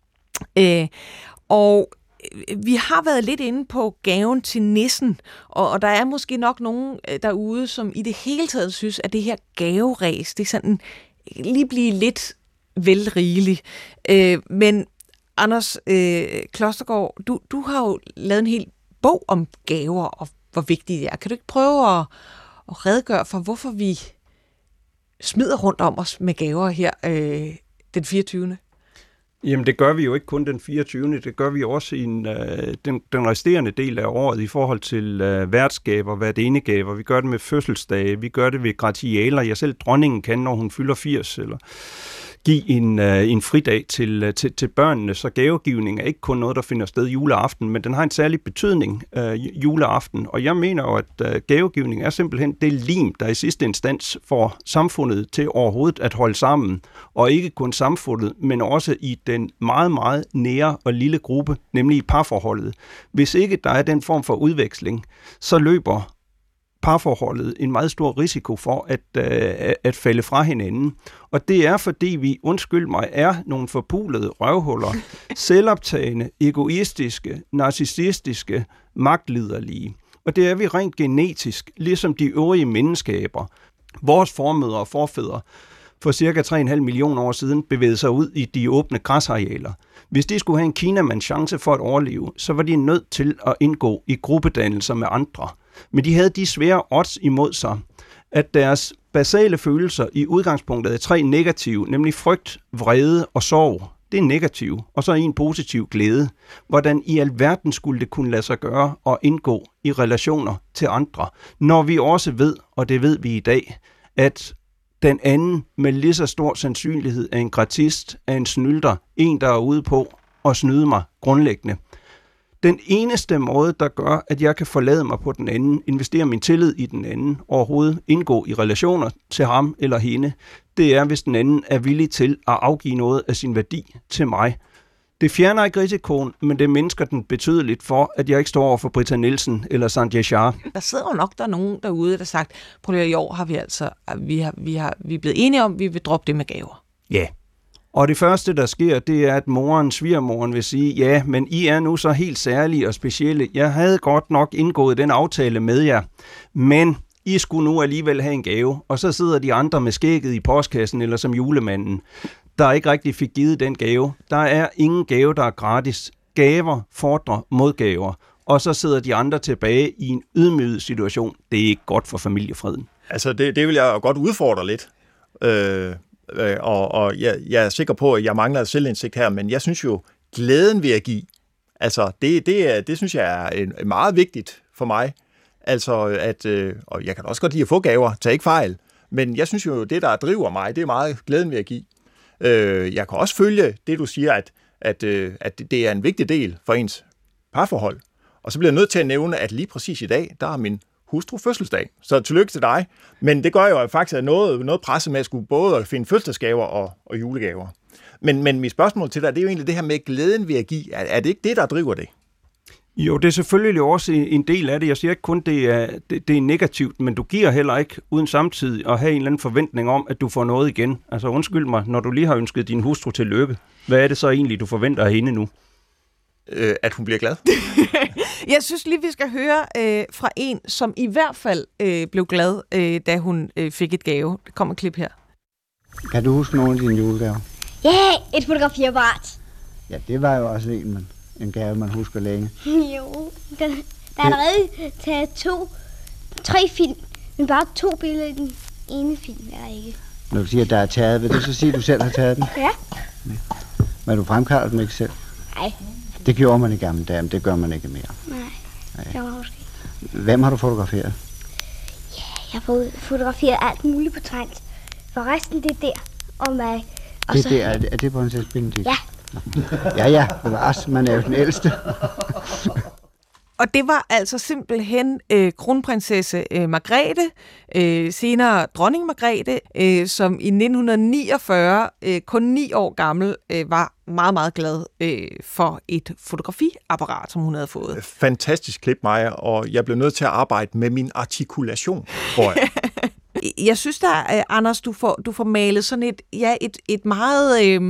Og vi har været lidt inde på gaven til nissen, og der er måske nok nogen derude, som i det hele taget synes, at det her gaveræs, det er sådan lige blive lidt velrigeligt. Men Anders Klostergaard, du har jo lavet en hel bog om gaver, og hvor vigtigt det er. Kan du ikke prøve at redegøre for, hvorfor vi smider rundt om os med gaver her den 24. Jamen, det gør vi jo ikke kun den 24. Det gør vi også i den resterende del af året i forhold til værtsgaver, værtindegaver. Vi gør det med fødselsdage, vi gør det ved gratialer. Jeg selv dronningen kan, når hun fylder 80, eller give en fridag til børnene. Så gavegivning er ikke kun noget, der finder sted juleaften, men den har en særlig betydning juleaften. Og jeg mener jo, at gavegivning er simpelthen det lim, der i sidste instans får samfundet til overhovedet at holde sammen. Og ikke kun samfundet, men også i den meget, meget nære og lille gruppe, nemlig i parforholdet. Hvis ikke der er den form for udveksling, så løber parforholdet en meget stor risiko for at falde fra hinanden. Og det er, fordi vi, undskyld mig, er nogle forpulede røvhuller, selvoptagende, egoistiske, narcissistiske, magtliderlige. Og det er vi rent genetisk, ligesom de øvrige menneskeskaber. Vores formødre og forfædre for cirka 3,5 millioner år siden bevægede sig ud i de åbne græsarealer. Hvis de skulle have en kinamands chance for at overleve, så var de nødt til at indgå i gruppedannelser med andre. Men de havde de svære odds imod sig, at deres basale følelser i udgangspunktet er 3 negative, nemlig frygt, vrede og sorg. Det er negativ, og så en positiv glæde. Hvordan i alverden skulle det kunne lade sig gøre at indgå i relationer til andre, når vi også ved, og det ved vi i dag, at den anden med lige så stor sandsynlighed er en gratist, er en snylter, en der er ude på at snyde mig grundlæggende. Den eneste måde, der gør, at jeg kan forlade mig på den anden, investere min tillid i den anden, overhovedet indgå i relationer til ham eller hende, det er, hvis den anden er villig til at afgive noget af sin værdi til mig. Det fjerner ikke risikoen, men det mindsker den betydeligt for, at jeg ikke står over for Britta Nielsen eller Sanjay Shah. Der sidder jo nok der nogen derude, der har sagt, prøv lige, i år har vi altså, vi er blevet enige om, at vi vil droppe det med gaver. Ja. Og det første, der sker, det er, at svigermoren vil sige, ja, men I er nu så helt særlige og specielle. Jeg havde godt nok indgået den aftale med jer, men I skulle nu alligevel have en gave. Og så sidder de andre med skægget i postkassen eller som julemanden, der ikke rigtig fik givet den gave. Der er ingen gave, der er gratis. Gaver fordrer modgaver. Og så sidder de andre tilbage i en ydmyget situation. Det er ikke godt for familiefreden. Altså, det vil jeg godt udfordre lidt. Og jeg er sikker på, at jeg mangler selvindsigt her, men jeg synes jo, glæden ved at give, altså det synes jeg er meget vigtigt for mig. Altså, og jeg kan også godt lide at få gaver, tag ikke fejl, men jeg synes jo, det der driver mig, det er meget glæden ved at give. Jeg kan også følge det, du siger, at det er en vigtig del for ens parforhold. Og så bliver jeg nødt til at nævne, at lige præcis i dag, der er min hustru fødselsdag. Så tillykke til dig. Men det gør jo faktisk, at noget presse med at skulle både finde fødselsdagsgaver og julegaver. Men mit spørgsmål til dig, det er jo egentlig det her med glæden ved at give. Er det ikke det, der driver det? Jo, det er selvfølgelig også en del af det. Jeg siger ikke kun, det er negativt, men du giver heller ikke uden samtidig at have en eller anden forventning om, at du får noget igen. Altså undskyld mig, når du lige har ønsket din hustru til lykke, hvad er det så egentlig, du forventer af hende nu? At hun bliver glad. Jeg synes lige, vi skal høre fra en, som i hvert fald blev glad, da hun fik et gave. Der kommer et klip her. Kan du huske nogle af dine julegaver? Ja, et fotografiapparat. Ja, det var jo også en gave, man husker længe. Jo, der er allerede taget 3 film, men bare 2 billeder i den ene film er der ikke. Når du siger, at der er taget, vil du så sige, at du selv har taget den? Ja. Men du fremkalder dem ikke selv? Nej. Det gjorde man i gamle dage, men det gør man ikke mere. Nej, det var måske. Hvem har du fotograferet? Ja, jeg har fotograferet alt muligt på trend. Forresten, det der og mig. Og det så... der, er det på en Benedikt? Ja. Ja, bevares, man er jo den ældste. Og det var altså simpelthen kronprinsesse Margrethe, senere dronning Margrethe, som i 1949, kun 9 år gammel, var meget, meget glad for et fotografiapparat, som hun havde fået. Fantastisk klip, Maja, og jeg blev nødt til at arbejde med min artikulation, tror jeg. Jeg synes da, Anders, du får malet sådan et meget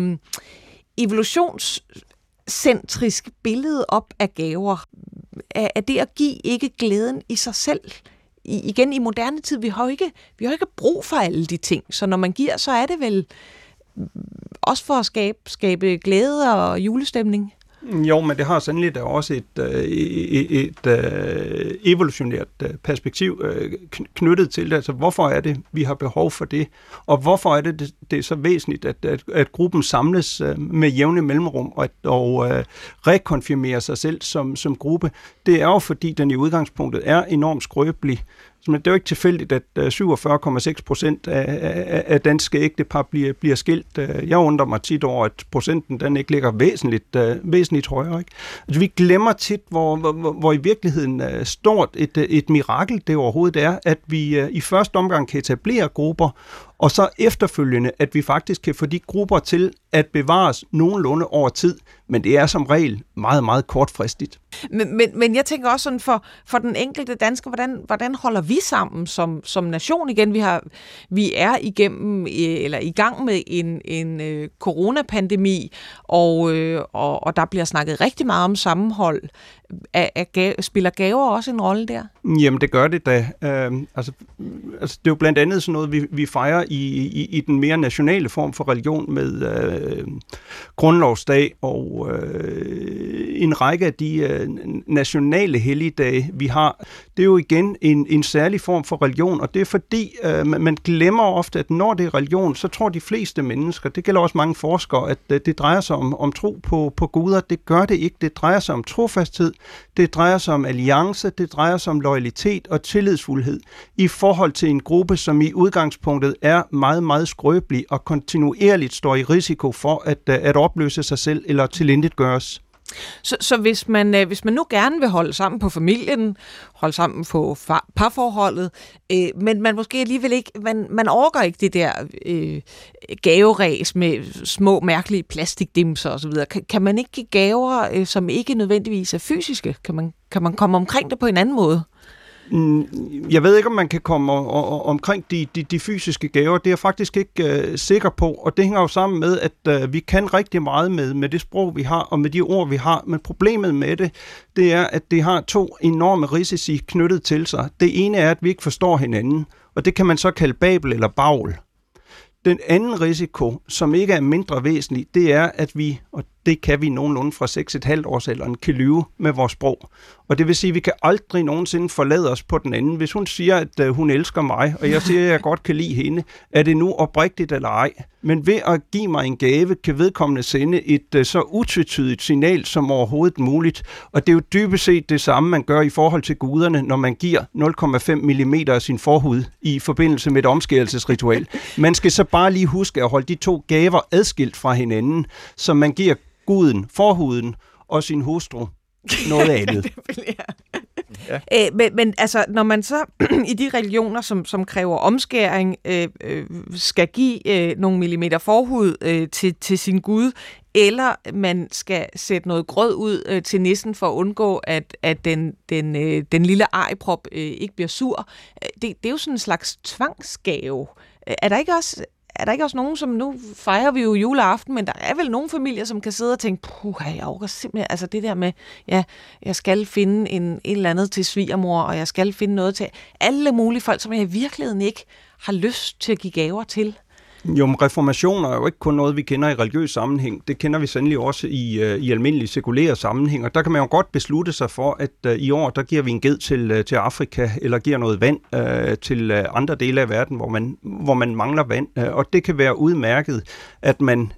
evolutionscentrisk billede op af gaver. Er det at give ikke glæden i sig selv? Igen i moderne tid, vi har jo ikke brug for alle de ting, så når man giver, så er det vel også for at skabe glæde og julestemning? Jo, men det har sandelig da også et evolutionært perspektiv knyttet til det. Altså, hvorfor er det, vi har behov for det? Og hvorfor er det er så væsentligt, at gruppen samles med jævne mellemrum og rekonfirmerer sig selv som gruppe? Det er jo, fordi den i udgangspunktet er enormt skrøbelig. Men det er jo ikke tilfældigt, at 47,6% af danske ægtepar bliver skilt. Jeg undrer mig tit over, at procenten den ikke ligger væsentligt højere. Ikke? Altså, vi glemmer tit, hvor i virkeligheden stort et mirakel det overhovedet er, at vi i første omgang kan etablere grupper, og så efterfølgende, at vi faktisk kan få de grupper til at bevares nogenlunde over tid, men det er som regel meget, meget kortfristigt. Men jeg tænker også sådan for den enkelte dansker, hvordan holder vi sammen som nation igen? Vi er i gang med en coronapandemi, og der bliver snakket rigtig meget om sammenhold. Spiller gaver også en rolle der? Jamen, det gør det da. Altså, det er jo blandt andet sådan noget, vi fejrer i den mere nationale form for religion med grundlovsdag og en række af de nationale helligdage, vi har. Det er jo igen en særlig form for religion, og det er fordi, man glemmer ofte, at når det er religion, så tror de fleste mennesker, det gælder også mange forskere, at det drejer sig om tro på guder. Det gør det ikke. Det drejer sig om trofasthed, det drejer sig om alliance, det drejer sig om loyalitet og tillidsfuldhed i forhold til en gruppe, som i udgangspunktet er meget, meget skrøbelig og kontinuerligt står i risiko for at opløse sig selv eller tilintetgøres. Så hvis man nu gerne vil holde sammen på familien, holde sammen på parforholdet, men man måske alligevel ikke, man overgår ikke det der gaveræs med små mærkelige plastikdimser osv. Kan man ikke give gaver, som ikke nødvendigvis er fysiske? Kan man komme omkring det på en anden måde? Jeg ved ikke, om man kan komme omkring de fysiske gaver. Det er jeg faktisk ikke sikker på, og det hænger jo sammen med, at vi kan rigtig meget med det sprog, vi har, og med de ord, vi har. Men problemet med det er, at det har to enorme risici knyttet til sig. Det ene er, at vi ikke forstår hinanden, og det kan man så kalde babel eller bagl. Den anden risiko, som ikke er mindre væsentlig, det er, at vi, og det kan vi nogenlunde fra 6,5 års alderen, kan lyve med vores sprog. Og det vil sige, at vi kan aldrig nogensinde forlade os på den anden. Hvis hun siger, at hun elsker mig, og jeg siger, at jeg godt kan lide hende, er det nu oprigtigt eller ej? Men ved at give mig en gave, kan vedkommende sende et så utvetydigt signal som overhovedet muligt. Og det er jo dybest set det samme, man gør i forhold til guderne, når man giver 0,5 mm af sin forhud i forbindelse med et omskærelsesritual. Man skal så bare lige huske at holde de to gaver adskilt fra hinanden, så man giver guden forhuden og sin hustru noget andet. Ja. Men altså, når man så i de religioner, som kræver omskæring, skal give nogle millimeter forhud til sin gud, eller man skal sætte noget grød ud til nissen for at undgå, at den lille ariprop ikke bliver sur, det er jo sådan en slags tvangsgave. Er der ikke også nogen, som nu fejrer vi jo juleaften, men der er vel nogle familier, som kan sidde og tænke, jeg overgår simpelthen, altså det der med, ja, jeg skal finde en eller andet til svigermor, og jeg skal finde noget til alle mulige folk, som jeg i virkeligheden ikke har lyst til at give gaver til. Jo, men reformationer er jo ikke kun noget, vi kender i religiøs sammenhæng. Det kender vi sandelig også i almindelig sekulære sammenhæng, og der kan man jo godt beslutte sig for, at i år, der giver vi en ged til Afrika, eller giver noget vand til andre dele af verden, hvor man mangler vand. Og det kan være udmærket, at man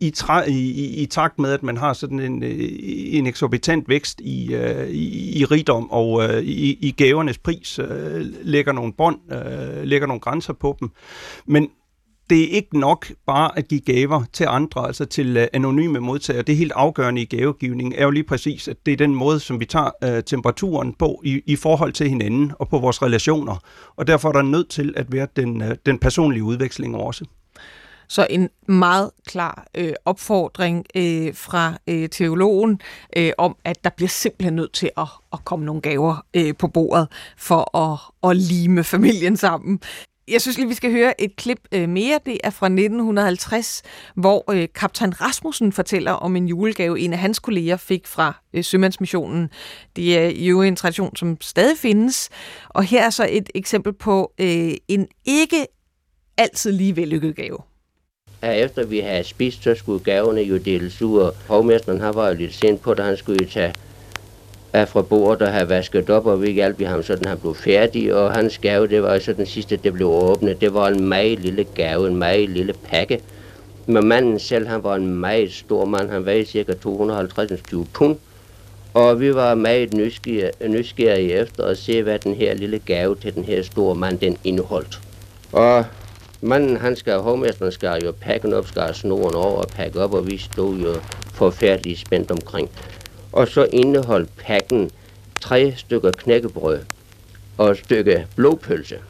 i takt med, at man har sådan en eksorbitant vækst i rigdom og i gavernes pris, lægger nogle bånd, lægger nogle grænser på dem. Men det er ikke nok bare at give gaver til andre, altså til anonyme modtagere. Det er helt afgørende i gavegivningen, er jo lige præcis, at det er den måde, som vi tager temperaturen på i forhold til hinanden og på vores relationer. Og derfor er der nødt til at være den personlige udveksling også. Så en meget klar opfordring fra teologen om, at der bliver simpelthen nødt til at komme nogle gaver på bordet for at lime familien sammen. Jeg synes lige, vi skal høre et klip mere. Det er fra 1950, hvor kaptajn Rasmussen fortæller om en julegave, en af hans kolleger fik fra Sømandsmissionen. Det er jo en tradition, som stadig findes. Og her er så et eksempel på en ikke altid lige vellykket gave. Efter vi havde spist, så skulle gaverne jo deles ud, og hovmesteren han var jo lidt sent på, da han skulle tage af fra bordet og have vasket op, og vi hjalp ham, så han blev færdig, og hans gave, det var så den sidste, det blev åbnet. Det var en meget lille gave, en meget lille pakke. Men manden selv, han var en meget stor mand, han vejede cirka 250 pund, og vi var meget nysgerrige efter at se, hvad den her lille gave til den her store mand, den indeholdt. Og manden, hovmesteren skar jo pakken op, skar snoren over og pakke op, og vi stod jo forfærdeligt spændt omkring. Og så indeholdt pakken 3 stykker knækkebrød og et stykke blodpølse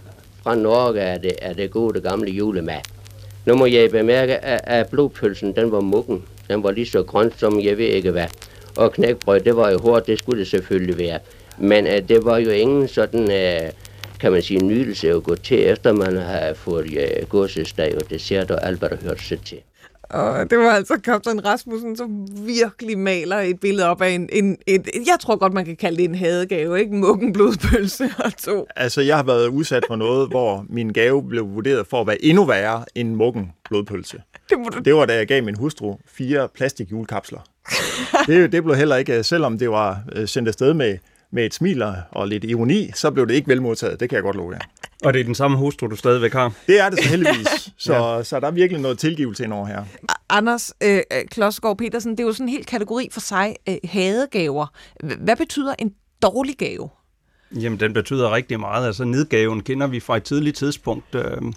fra Norge af det gode gamle julemad. Nu må jeg bemærke, at blodpølsen, den var muggen. Den var lige så grøn, som jeg ved ikke hvad. Og knækbrød, det var jo hårdt, det skulle det selvfølgelig være. Men det var jo ingen sådan, kan man sige, nydelse at gå til, efter man har fået gåsesteg og dessert og alt, hvad der hørte sig til. Og det var altså kaptajn Rasmussen, som virkelig maler et billede op af jeg tror godt, man kan kalde det en hadegave, ikke? Muggen, blodpølse og 2. Altså, jeg har været udsat for noget, hvor min gave blev vurderet for at være endnu værre end muggen blodpølse. Det var, da jeg gav min hustru 4 plastikjulekapsler. Det blev heller ikke, selvom det var sendt afsted med et smil og lidt ironi, så blev det ikke velmodtaget. Det kan jeg godt love jer. Og det er den samme hustru, du stadigvæk har? Det er det så heldigvis. Så der er virkelig noget tilgivelse indover her. Anders Klodsgaard Petersen, det er jo sådan en hel kategori for sig, hadegaver. Hvad betyder en dårlig gave? Jamen, den betyder rigtig meget. Altså, nedgaven kender vi fra et tidligt tidspunkt.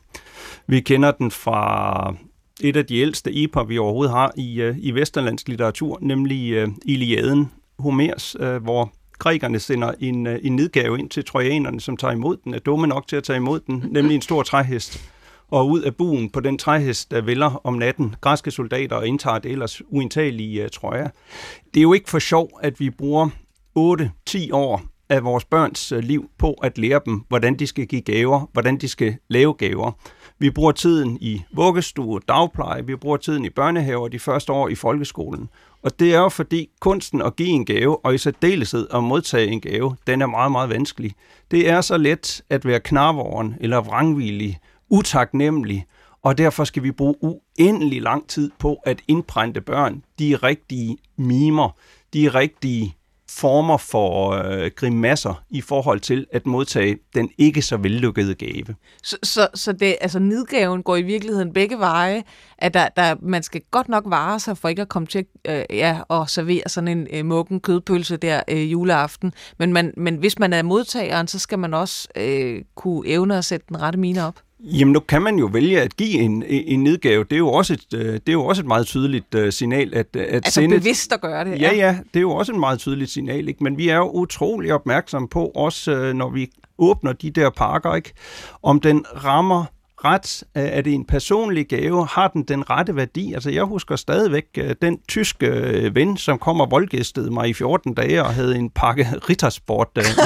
Vi kender den fra et af de ældste epos, vi overhovedet har i vesterlandsk litteratur, nemlig Iliaden, Homers, hvor grækerne sender en nedgave ind til trojanerne, som tager imod den, er dumme nok til at tage imod den, nemlig en stor træhest. Og ud af buen på den træhest, der vælger om natten græske soldater og indtager det ellers uindtagelige Troja. Det er jo ikke for sjov, at vi bruger 8-10 år af vores børns liv på at lære dem, hvordan de skal give gaver, hvordan de skal lave gaver. Vi bruger tiden i vuggestue, dagpleje, vi bruger tiden i børnehaver de første år i folkeskolen. Og det er jo fordi kunsten at give en gave, og i særdeleshed at modtage en gave, den er meget, meget vanskelig. Det er så let at være knarvoren eller vrangvillig, utaknemmelig, og derfor skal vi bruge uendelig lang tid på at indprænte børn de rigtige mimer, de rigtige former for grimasser i forhold til at modtage den ikke så vellykkede gave. Så det, altså nedgaven går i virkeligheden begge veje, at man skal godt nok vare sig for ikke at komme til at servere sådan en muggen kødpølse der juleaften, men hvis man er modtageren, så skal man også kunne evne at sætte den rette mine op. Jamen, nu kan man jo vælge at give en nedgave. Det er jo også et meget tydeligt signal at altså sende. Bevidst at gøre det. Ja, det er jo også et meget tydeligt signal, ikke? Men vi er jo utrolig opmærksomme på, også når vi åbner de der pakker, ikke? Om den rammer ret. Er det en personlig gave? Har den rette værdi? Altså, jeg husker stadigvæk den tyske ven, som kom og voldgæstede mig i 14 dage og havde en pakke Rittersport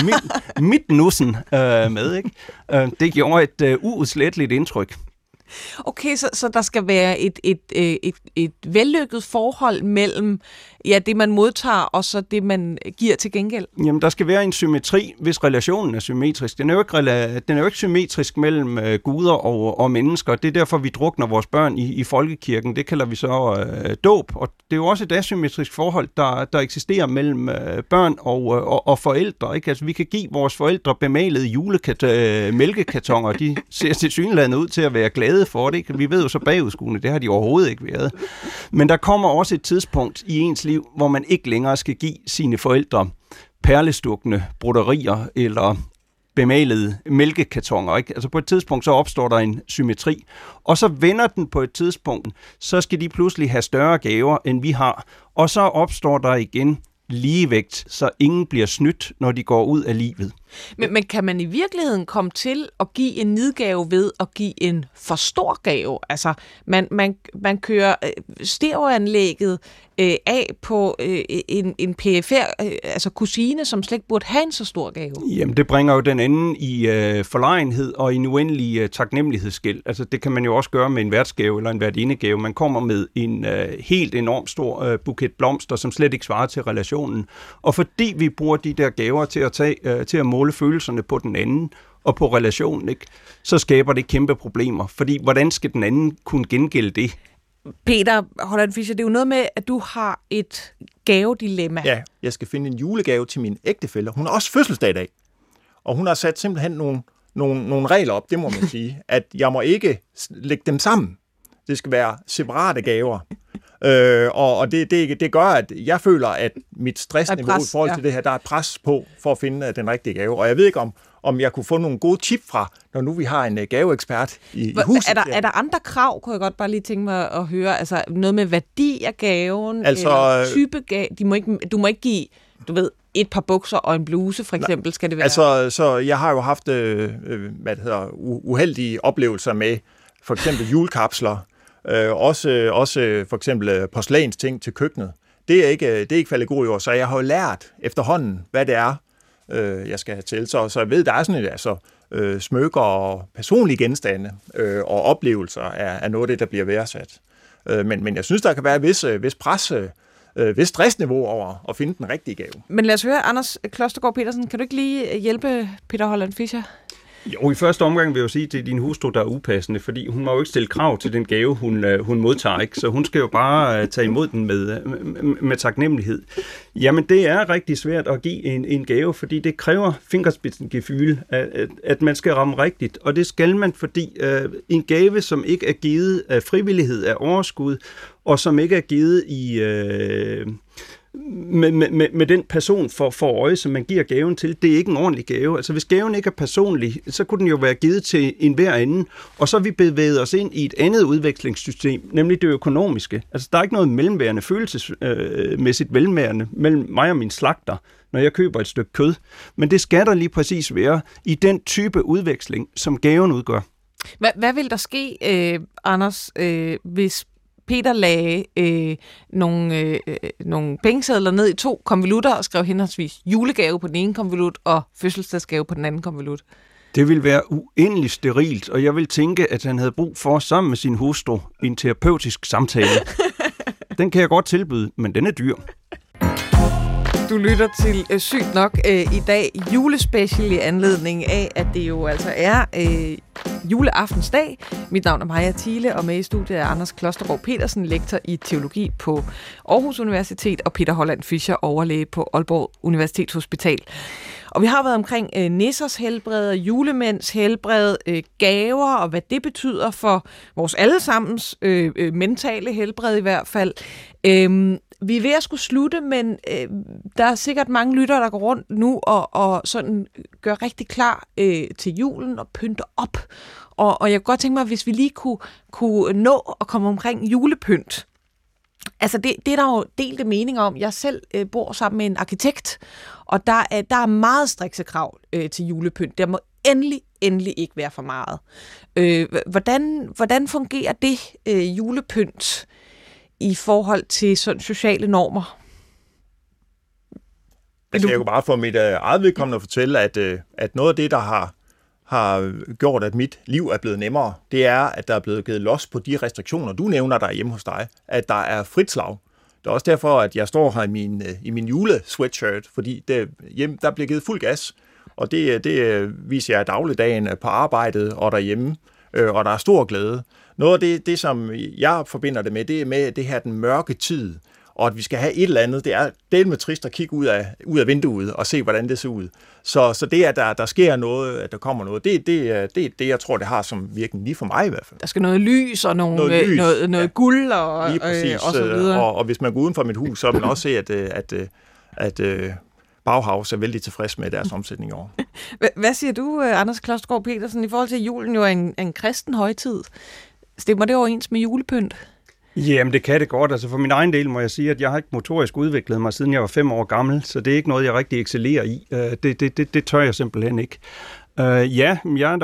Mitnussen med, ikke? Det gjorde et uudsletteligt indtryk. Okay, så der skal være et vellykket forhold mellem det, man modtager, og så det, man giver til gengæld? Jamen, der skal være en symmetri, hvis relationen er symmetrisk. Den er jo ikke symmetrisk mellem guder og mennesker. Det er derfor, vi drukner vores børn i folkekirken. Det kalder vi så dåb. Og det er jo også et asymmetrisk forhold, der eksisterer mellem børn og forældre. Ikke? Altså, vi kan give vores forældre bemalede mælkekartoner. De ser tilsyneladende ud til at være glade for det. Ikke? Vi ved jo så bagudskuende, det har de overhovedet ikke været. Men der kommer også et tidspunkt i ens liv, hvor man ikke længere skal give sine forældre perlestukkende broderier eller bemalede mælkekartoner. Ikke? Altså på et tidspunkt, så opstår der en symmetri, og så vender den på et tidspunkt, så skal de pludselig have større gaver, end vi har, og så opstår der igen ligevægt, så ingen bliver snydt, når de går ud af livet. Men kan man i virkeligheden komme til at give en nedgave ved at give en for stor gave? Altså, man kører stereoanlægget af på en PFR, altså kusine, som slet ikke burde have en så stor gave. Jamen, det bringer jo den anden i forlegenhed og en uendelig taknemmelighedsgæld. Altså, det kan man jo også gøre med en værtsgave eller en værtindegave. Man kommer med en helt enormt stor buket blomster, som slet ikke svarer til relationen. Og fordi vi bruger de der gaver til at måle følelserne på den anden og på relationen, ikke, så skaber det kæmpe problemer. Fordi hvordan skal den anden kunne gengælde det? Peter Holland Fischer, det er jo noget med, at du har et gavedilemma. Ja, jeg skal finde en julegave til min ægtefælle. Hun har også fødselsdag i dag. Og hun har sat simpelthen nogle regler op, det må man sige. At jeg må ikke lægge dem sammen. Det skal være separate gaver. Og det gør, at jeg føler, at mit stressniveau i forhold til det her, der er et pres på for at finde den rigtige gave. Og jeg ved ikke, om jeg kunne få nogle gode tip fra, når nu vi har en gaveekspert i huset. Er der andre krav, kunne jeg godt bare lige tænke mig at høre? Altså noget med værdi af gaven, altså, eller type gave? Du må ikke give, du ved, et par bukser og en bluse, for eksempel, skal det være? Altså, så jeg har jo haft uheldige oplevelser med for eksempel julekapsler, også for eksempel porcelænsting til køkkenet. Det er ikke faldet god i år, så jeg har jo lært efterhånden, hvad det er, jeg skal have til. Så jeg ved, der er sådan et, smykker og personlige genstande og oplevelser er noget af det, der bliver værdsat. Men jeg synes, der kan være vis pres, vis stressniveau over at finde den rigtige gave. Men lad os høre, Anders Klostergaard Petersen, kan du ikke lige hjælpe Peter Holland Fischer? Jo, i første omgang vil jeg jo sige, at det er din hustru, der er upassende, fordi hun må jo ikke stille krav til den gave, hun modtager, ikke? Så hun skal jo bare tage imod den med taknemmelighed. Jamen, det er rigtig svært at give en gave, fordi det kræver fingerspidsengefühl, at man skal ramme rigtigt, og det skal man, fordi en gave, som ikke er givet af frivillighed, af overskud, og som ikke er givet i... Med den person for øje, som man giver gaven til, det er ikke en ordentlig gave. Altså hvis gaven ikke er personlig, så kunne den jo være givet til enhver anden, og så har vi bevæget os ind i et andet udvekslingssystem, nemlig det økonomiske. Altså der er ikke noget mellemværende følelsesmæssigt velværende mellem mig og min slagter, når jeg køber et stykke kød. Men det skal der lige præcis være i den type udveksling, som gaven udgør. Hvad vil der ske, Anders, hvis Peter lagde nogle pengesedler ned i 2 konvolutter og skrev henholdsvis julegave på den ene konvolut og fødselsdagsgave på den anden konvolut? Det ville være uendelig sterilt, og jeg vil tænke, at han havde brug for sammen med sin hustru en terapeutisk samtale. Den kan jeg godt tilbyde, men den er dyr. Du lytter til Sygt nok i dag julespecial i anledning af, at det jo altså er juleaftensdag. Mit navn er Maja Thiele, og med i studiet er Anders Klostergaard Petersen, lektor i teologi på Aarhus Universitet, og Peter Holland Fischer, overlæge på Aalborg Universitetshospital. Og vi har været omkring nissers helbred, julemænds helbred, gaver, og hvad det betyder for vores allesammens mentale helbred i hvert fald. Vi er ved at skulle slutte, men der er sikkert mange lyttere, der går rundt nu og sådan gør rigtig klar til julen og pynter op. Og jeg kunne godt tænke mig, hvis vi lige kunne nå at komme omkring julepynt. Altså det er der jo delte meninger om. Jeg selv bor sammen med en arkitekt, og der er meget strikse krav til julepynt. Der må endelig ikke være for meget. Hvordan fungerer det julepynt i forhold til sådan sociale normer? Altså, jeg kunne bare for mit eget vedkommende fortælle, at noget af det, der har gjort, at mit liv er blevet nemmere, det er, at der er blevet givet los på de restriktioner, du nævner, der er hjemme hos dig. At der er frit slag. Det er også derfor, at jeg står her i min julesweatshirt, fordi der bliver givet fuld gas. Og det viser jeg dagligdagen på arbejdet og derhjemme, og der er stor glæde. Noget af det, som jeg forbinder det med, det er med det her den mørke tid, og at vi skal have et eller andet. Det er delt med trist at kigge ud af vinduet og se, hvordan det ser ud. Så det, at der sker noget, at der kommer noget, det er det, jeg tror, det har som virkning lige for mig i hvert fald. Der skal noget lys og noget guld og så videre. Og hvis man går uden for mit hus, så vil man også se, at Bauhaus er vældig tilfreds med deres omsætning i år. Hvad siger du, Anders Klostergaard Petersen, i forhold til julen jo er en kristen højtid? Stemmer det overens med julepynt? Jamen, det kan det godt. Altså for min egen del må jeg sige, at jeg har ikke motorisk udviklet mig, siden jeg var 5 år gammel, så det er ikke noget, jeg rigtig excellerer i. Det tør jeg simpelthen ikke. Jeg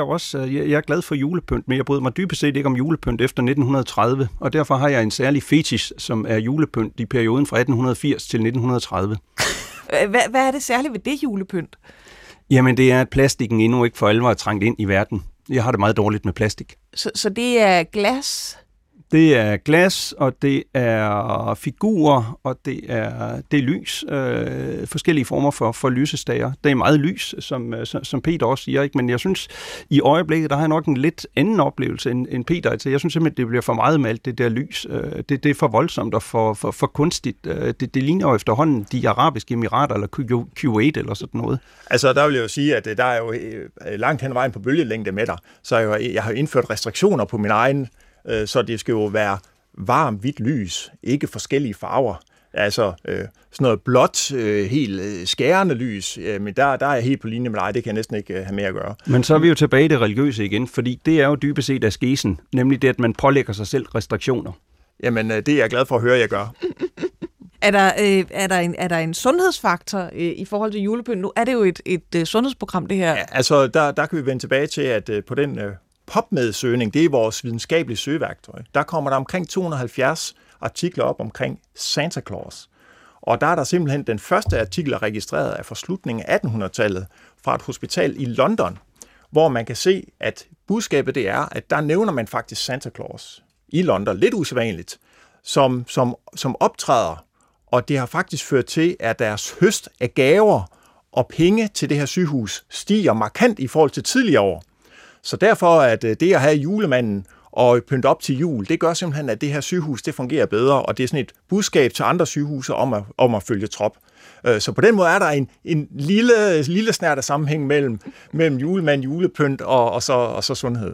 er glad for julepynt, men jeg bryder mig dybest set ikke om julepynt efter 1930, og derfor har jeg en særlig fetish, som er julepynt i perioden fra 1880 til 1930. Hvad er det særligt ved det julepynt? Jamen, det er, at plastikken endnu ikke for alvor er trængt ind i verden. Jeg har det meget dårligt med plastik. Så det er glas? Det er glas, og det er figurer, og det er lys. Forskellige former for lysestager. Det er meget lys, som Peter også siger, ikke? Men jeg synes, i øjeblikket, der har jeg nok en lidt anden oplevelse end Peter. Altså, jeg synes simpelthen, det bliver for meget med alt det der lys. Det er for voldsomt og for kunstigt. Det ligner jo efterhånden de arabiske emirater, eller Kuwait, eller sådan noget. Altså, der vil jeg jo sige, at der er jo langt hen vejen på bølgelængde med dig. Så jeg har indført restriktioner på min egen, så det skal jo være varmt, hvidt lys, ikke forskellige farver. Altså sådan noget blåt, helt skærende lys, men der er jeg helt på linje med dig, det kan jeg næsten ikke have med at gøre. Men så er vi jo tilbage i det religiøse igen, fordi det er jo dybest set askesen, nemlig det, at man pålægger sig selv restriktioner. Jamen, det er jeg glad for at høre, jeg gør. Er der en sundhedsfaktor i forhold til julepynt? Nu er det jo et sundhedsprogram, det her. Ja, altså, der kan vi vende tilbage til, at på den PubMed-søgning, det er vores videnskabelige søgeværktøj, der kommer der omkring 270 artikler op omkring Santa Claus. Og der er der simpelthen den første artikel registreret af fra slutningen af 1800-tallet fra et hospital i London, hvor man kan se, at budskabet det er, at der nævner man faktisk Santa Claus i London, lidt usædvanligt, som optræder, og det har faktisk ført til, at deres høst af gaver og penge til det her sygehus stiger markant i forhold til tidligere år. Så derfor at det at have julemanden og pynte op til jul, det gør simpelthen, at det her sygehus det fungerer bedre, og det er sådan et budskab til andre sygehuse om at følge trop. Så på den måde er der en lille snært af sammenhæng mellem julemand, julepynt og så sundhed.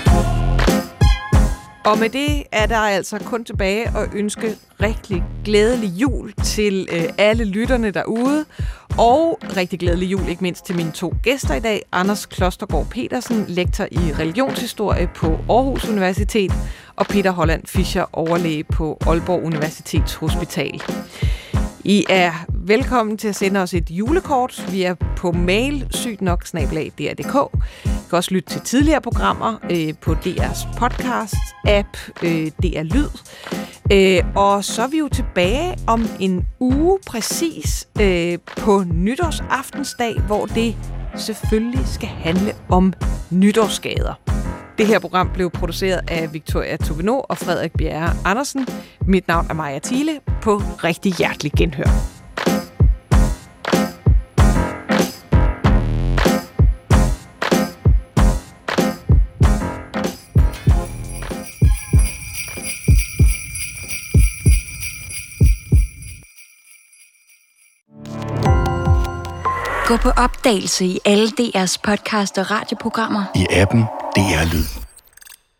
Og med det er der altså kun tilbage at ønske rigtig glædelig jul til alle lytterne derude. Og rigtig glædelig jul ikke mindst til mine 2 gæster i dag. Anders Klostergaard Petersen, lektor i religionshistorie på Aarhus Universitet, og Peter Holland Fischer, overlæge på Aalborg Universitets Hospital. I er velkommen til at sende os et julekort. Vi er på mail sygnok@dr.dk. I kan også lytte til tidligere programmer på DR's podcast-app, DR Lyd. Og så er vi jo tilbage om en uge præcis på nytårsaftensdag, hvor det selvfølgelig skal handle om nytårsskader. Det her program blev produceret af Victoria Tuveno og Frederik Bjerre Andersen. Mit navn er Maja Thiele. På rigtig hjertelig genhør. Gå på opdagelse i alle DR's podcast og radioprogrammer. I appen DR Lyd.